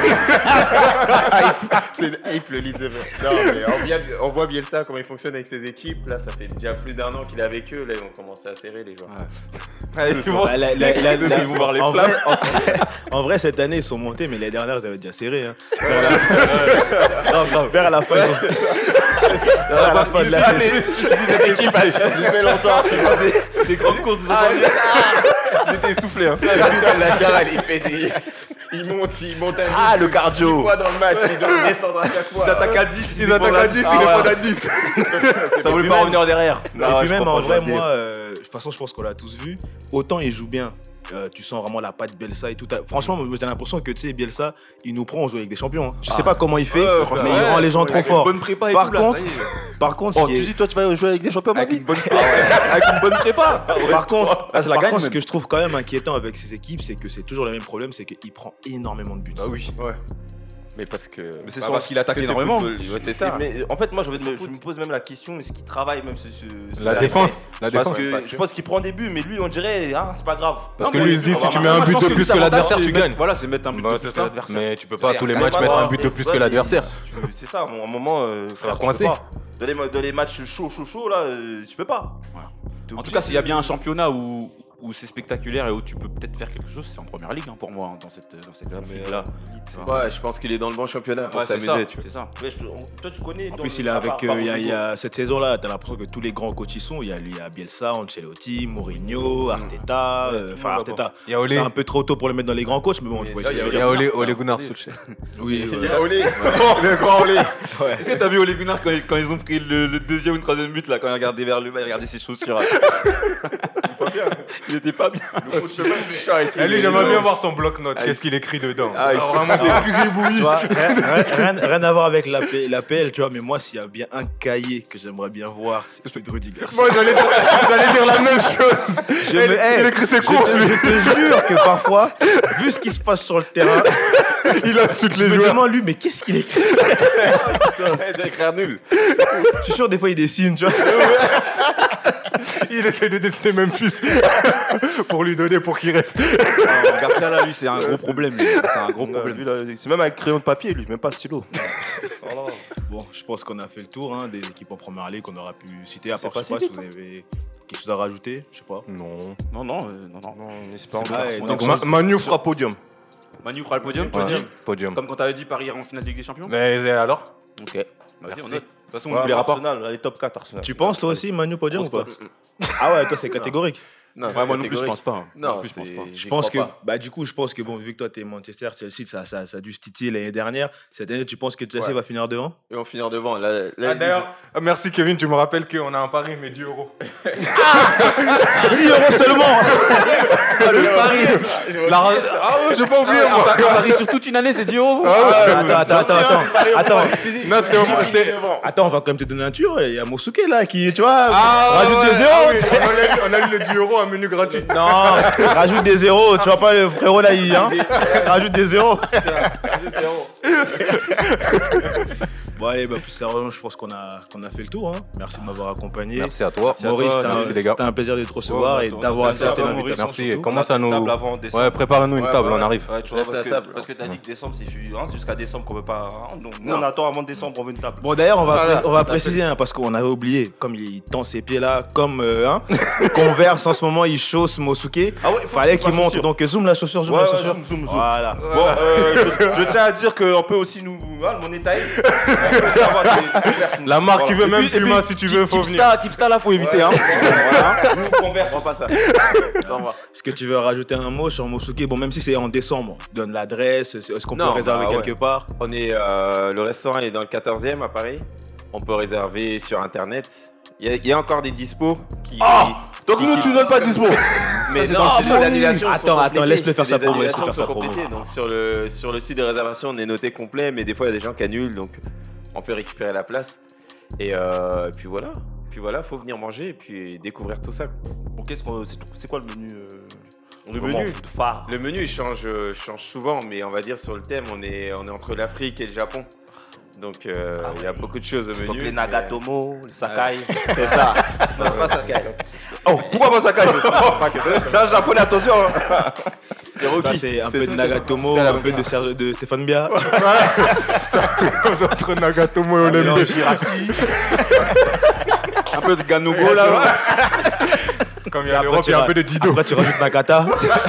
C'est une hype, le Leeds. Non, mais on, vient- on voit Bielsa comment il fonctionne avec ses équipes. Là, ça fait déjà plus d'un an qu'il est avec eux. Là, ils vont commencer à serrer les joueurs. Allez, ils vont- Bah, la- la- la- la- Ils vont voir les en, flammes. vrai, en, en vrai, cette année, ils sont montés, mais l'année dernière, ils avaient déjà serré. Hein. Vers, la, vers la fin, ils ont vers la fin de la saison. Cette équipe a duré longtemps. Des grandes courses de Ah, J'étais essoufflé. Hein. putain, la cara, il fait des. Il monte, il monte un Ah, le dix cardio. fois dans le match. Il doit descendre à chaque fois. Ils attaquent à dix. Ils attaquent à dix, il Ah, est ouais. pas à dix. Ça voulait puis pas même- revenir derrière. Et puis même, en vrai, moi, euh, de toute façon, je pense qu'on l'a tous vu. Autant il joue bien. Euh, tu sens vraiment la patte Bielsa et tout. Franchement, moi, j'ai l'impression que tu sais, Bielsa, il nous prend, on joue avec des champions. Hein. Je sais pas comment il fait, Ouais, mais ouais, il rend les gens trop Avec une forts. bonne prépa et Par tout, là, contre, ça y est. par contre, ce Oh, qui tu est- dis, toi, tu vas jouer avec des champions, ma Avec vie une bonne prépa. Avec une bonne prépa. Par contre, Ah, c'est la par gagne, contre, ce même. que je trouve quand même inquiétant avec ces équipes, c'est que c'est toujours le même problème, c'est qu'il prend énormément de buts. Ah oui. Ouais. Mais parce que. Mais c'est Bah, son- parce qu'il attaque c'est son énormément. football. Ouais, c'est ça. Mais en fait, moi, je, vais me- je me pose même la question est-ce qu'il travaille même ce, ce- ce- La défense. La Parce défense. que pas je sûr. pense qu'il prend des buts, mais lui, on dirait, ah, c'est pas grave. Parce que Non, lui, mais il se dit, on si va tu mets marquer. un Moi, je but pense de que plus lui, que sa l'adversaire, mental, tu c'est gagnes. mettre- Voilà, c'est mettre un but Bah, de c'est plus que ça. l'adversaire. Mais tu peux pas à tous les Arrive matchs à mettre avoir- un but de plus ouais, que mais- l'adversaire. tu- C'est ça, à un moment, euh, Ça va tu peux coincer. pas. Dans les, dans les matchs chauds, chauds, chauds, là, euh, tu peux pas. T'es En tout obligé cas, de- s'il y a bien un championnat où, où c'est spectaculaire et où tu peux peut-être faire quelque chose, c'est en première ligue hein, pour moi, hein, dans cette, dans cette ligue-là. Ouais, je pense qu'il est dans le bon championnat pour Ouais, c'est ça, s'amuser, tu vois. c'est ça. Ouais, je- on- toi, tu connais. En dans plus, le- il est à avec. part- euh, par il y a, il y Rodrigo. a- cette saison-là, t'as l'impression que tous les grands coachs y sont. Il y a, il y a Bielsa, Ancelotti, Mourinho, Arteta. euh, Enfin, tout le monde Arteta. Il y a Olé. C'est un peu trop tôt pour le mettre dans les grands coachs, mais bon, tu vois ce que je veux Il y dire. a Ole, Ole Gunnar Solskjaer. Oui, Il ouais. y a Olé, le grand Olé. Est-ce que t'as vu Ole Gunnar quand, ils- quand ils ont pris le, le deuxième ou le troisième but là, quand il regardait vers le bas, il regardait ses chaussures. là. Il était pas bien. Eh, lui, j'aimerais bien voir son bloc-notes. Qu'est-ce qu'il écrit dedans Ah, il Alors, se- vraiment des gribouillis. Tu vois, rien, rien- rien- rien à voir avec la, P- la P L, tu vois, mais moi, s'il y a bien un cahier que j'aimerais bien voir, c'est celui de Rudy Garcia. Moi, j'allais dire, j'allais dire la même chose. Je il, me- hey, il écrit ses je courses, te, lui. je te jure que parfois, vu ce qui se passe sur le terrain, Il insulte je les me joueurs. demande, lui, mais qu'est-ce qu'il écrit? D'écrire nul. Je suis sûr, des fois, il dessine, tu vois. Il essaie de dessiner Memphis pour lui donner pour qu'il reste. Ah, Garcia là, lui, c'est un gros problème. lui. C'est un gros Ouais, problème. lui, là, c'est même avec crayon de papier, lui, même pas stylo. Voilà. Bon, je pense qu'on a fait le tour hein, des équipes en première ligue qu'on aura pu citer. À C'est part, je sais pas pas si si vous avez quelque chose à rajouter, je sais pas. Non. Non, non, euh, non, non. Non, on espère C'est vrai, encore. donc, Ma- Manu fera podium. Manu fera le podium, tu Ouais. dis Podium. Comme quand t'avais dit Paris ira en finale de Ligue des Champions Mais et alors Ok. Vas-y, Merci. on note. De toute façon, on Ouais, n'oubliera pas. Arsenal, allez, top quatre, Arsenal. Tu penses toi aussi, Manu Podium ou pas? Grosse Ah ouais, toi c'est catégorique. Non, Ouais, moi non plus, je pense pas. hein. Moi Non, non plus, je pense c'est- pas. Je j'y pense que, crois pas. bah du coup, je pense que bon, vu que toi t'es Manchester, Chelsea, ça, ça, ça a dû se titiller l'année dernière. Cette année, tu penses que Chelsea Ouais. va finir devant? Ils vont finir devant. Là, là, Ah, ils- D'ailleurs, ah, merci Kevin, tu me rappelles qu'on a un pari, mais dix euros. dix euros seulement. le Paris. J'ai La ra- oublié ça. Ah ouais, j'ai pas oublié Un moi. pari- un pari sur toute une année, c'est dix euros. Attends, attends, attends, attends, attends. Non, c'était au moins- c'était- Attends, on va quand même te donner un tuyau. Il y a Mosuke là qui, tu vois, Ah, rajoute ouais, des zéros. ah oui, on, a eu, on a eu le dix euros, un menu gratuit. Non, rajoute des zéros. Tu vois pas le frérot là, il, hein? Rajoute des zéros. Bon, allez, bah, plus sérieusement, je pense qu'on a, qu'on a fait le tour. Hein. Merci de m'avoir accompagné. Merci à toi. Maurice, c'était Merci un, les gars. c'était un plaisir de te recevoir Ouais, et bah, d'avoir merci à accepté toi, l'invitation. Merci. surtout. Commence à nous. Table avant décembre. Ouais, prépare-nous une Ouais, table, ouais. on arrive. Ouais, tu vois, Laisse parce la que, table. parce que t'as dit que décembre, c'est ju- hein, c'est jusqu'à décembre qu'on peut pas. Hein, donc, nous, Non. on attend avant décembre, on veut une table. Bon, d'ailleurs, on va, Voilà, on va tout à préciser, hein, parce qu'on avait oublié, comme il tend ses pieds là, comme euh, hein, Converse en ce moment, il chausse Mosuke. Ah ouais, faut Fallait faut qu'il pas monte. chaussure. Donc, zoom la chaussure, zoom Ouais, la ouais, chaussure. zoom, zoom, zoom. Voilà. Bon, euh, je, je tiens à dire qu'on peut aussi nous. Hein, le Money Time. On peut avoir des- des Converse, nous. La marque qui veut Et même puis- et Puma, puis, si tu veux, faut venir. Kipsta, Kipsta, là, faut éviter. Ouais, Hein. voilà. Nous, Converse, Prends pas ça. Au revoir. Est-ce que tu veux rajouter un mot sur Mosuke? Bon, même si c'est en décembre, donne l'adresse. Est-ce qu'on peut Non, réserver bah, ouais. quelque part? On est, euh, le restaurant est dans le quatorzième à Paris. On peut réserver sur internet. Il y, a- il y a encore des dispos qui. Donc, nous, tu donnes pas de dispo. Mais c'est non, dans le c'est site. les annulations. sont Attends, attends, complétées. laisse-le faire sa Les promo, laisse-le annulations faire sa sont promo. complétées. Donc sur le, sur le site de réservation, on est noté complet, mais des fois il y a des gens qui annulent, donc on peut récupérer la place. Et euh, puis voilà. Puis voilà, faut venir manger et puis découvrir tout ça. Bon, qu'est-ce qu'on- c'est c'est quoi le menu euh, Le vraiment menu phare. Le menu il change, euh, change souvent, mais on va dire sur le thème, on est, on est entre l'Afrique et le Japon. Donc euh, il y a beaucoup de choses au menu. Donc, les mais- Nagatomo, le Sakai. C'est ça. Non, pas Sakai. Oh, pourquoi pas Sakai? C'est un japonais, attention. hein. Ça, c'est un peu de c'est- Nagatomo, c'est la un bonne peu de, Serge, de Stéphane Bia. Entre Nagatomo et Un mélange. Un peu de Ganogo, là. Comme il y Et a après, l'Europe, tu il y a un ra- peu de Dido. Après, tu rajoutes Nakata.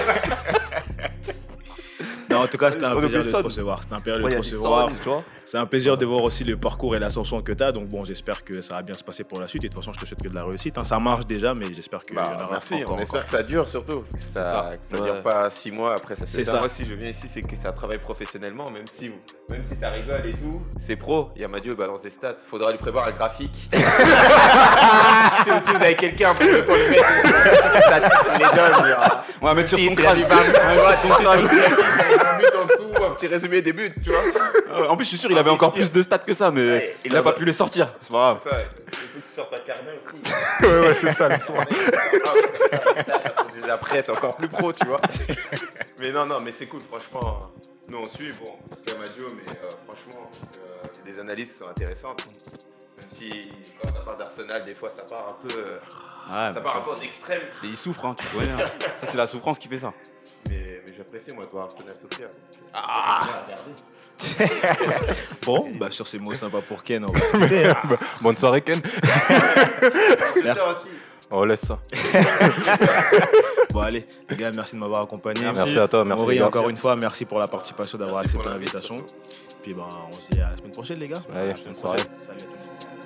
Non, en tout cas, c'était un On plaisir oublie de ça, te nous. recevoir. C'était un plaisir de Ouais, te y a des recevoir. cents, tu vois. C'est un plaisir de voir aussi le parcours et l'ascension que tu as. Donc, bon, j'espère que ça va bien se passer pour la suite. Et de toute façon, je te souhaite que de la réussite. hein. Ça marche déjà, mais j'espère qu'il y en Bah, aura merci, encore. on espère encore que ça plus. dure surtout. Que ça, ça. que ça Ouais. dure pas six mois après ça. C'est ça. ça. Moi, si je viens ici, c'est que ça travaille professionnellement, même si, même si ça rigole et tout. C'est pro. Yamadio balance des stats. Faudra lui prévoir un graphique. si, si vous avez quelqu'un pour, pour le mettre, ça il les donne. il y aura- On va mettre sur Si, son c'est crâne. du vingt buts, tu vois, son crâne. Un but en dessous, un petit résumé des buts, tu vois. Euh, En plus, je suis sûr, il avait encore plus de stats que ça, mais Ouais, il il a a- pas pu les sortir. C'est pas grave. C'est ça. Il faut que tu sortes un carnet aussi. Ouais, ouais, c'est ça le soir. Elles sont déjà prêtes, encore plus pro, tu vois. Mais non, non, mais c'est cool, franchement. Nous, on suit, bon, parce qu'il y a Madio, mais euh, franchement, euh, il y a des analyses qui sont intéressantes. Même si, quand ça part d'Arsenal, des fois, ça part un peu. euh, Ouais, ça bah, part un ça, peu aux extrêmes. c'est- il souffre, hein, tu connais. hein. Ça, c'est la souffrance qui fait ça. Mais, mais j'apprécie, moi, de voir Arsenal souffrir. Ah. Bon, bah, sur ces mots sympas pour Ken, on va se quitter. hein. Bonne soirée, Ken. C'est Merci. ça aussi. On laisse ça. Bon, allez, les gars, merci de m'avoir accompagné. Merci à toi, merci. Maury, les gars. encore une fois, merci pour la participation, d'avoir Merci accepté pour l'invite, l'invitation. surtout. Puis, ben, on se dit à la semaine prochaine, les gars. Allez, À la semaine bonne soirée. prochaine. Salut à tous.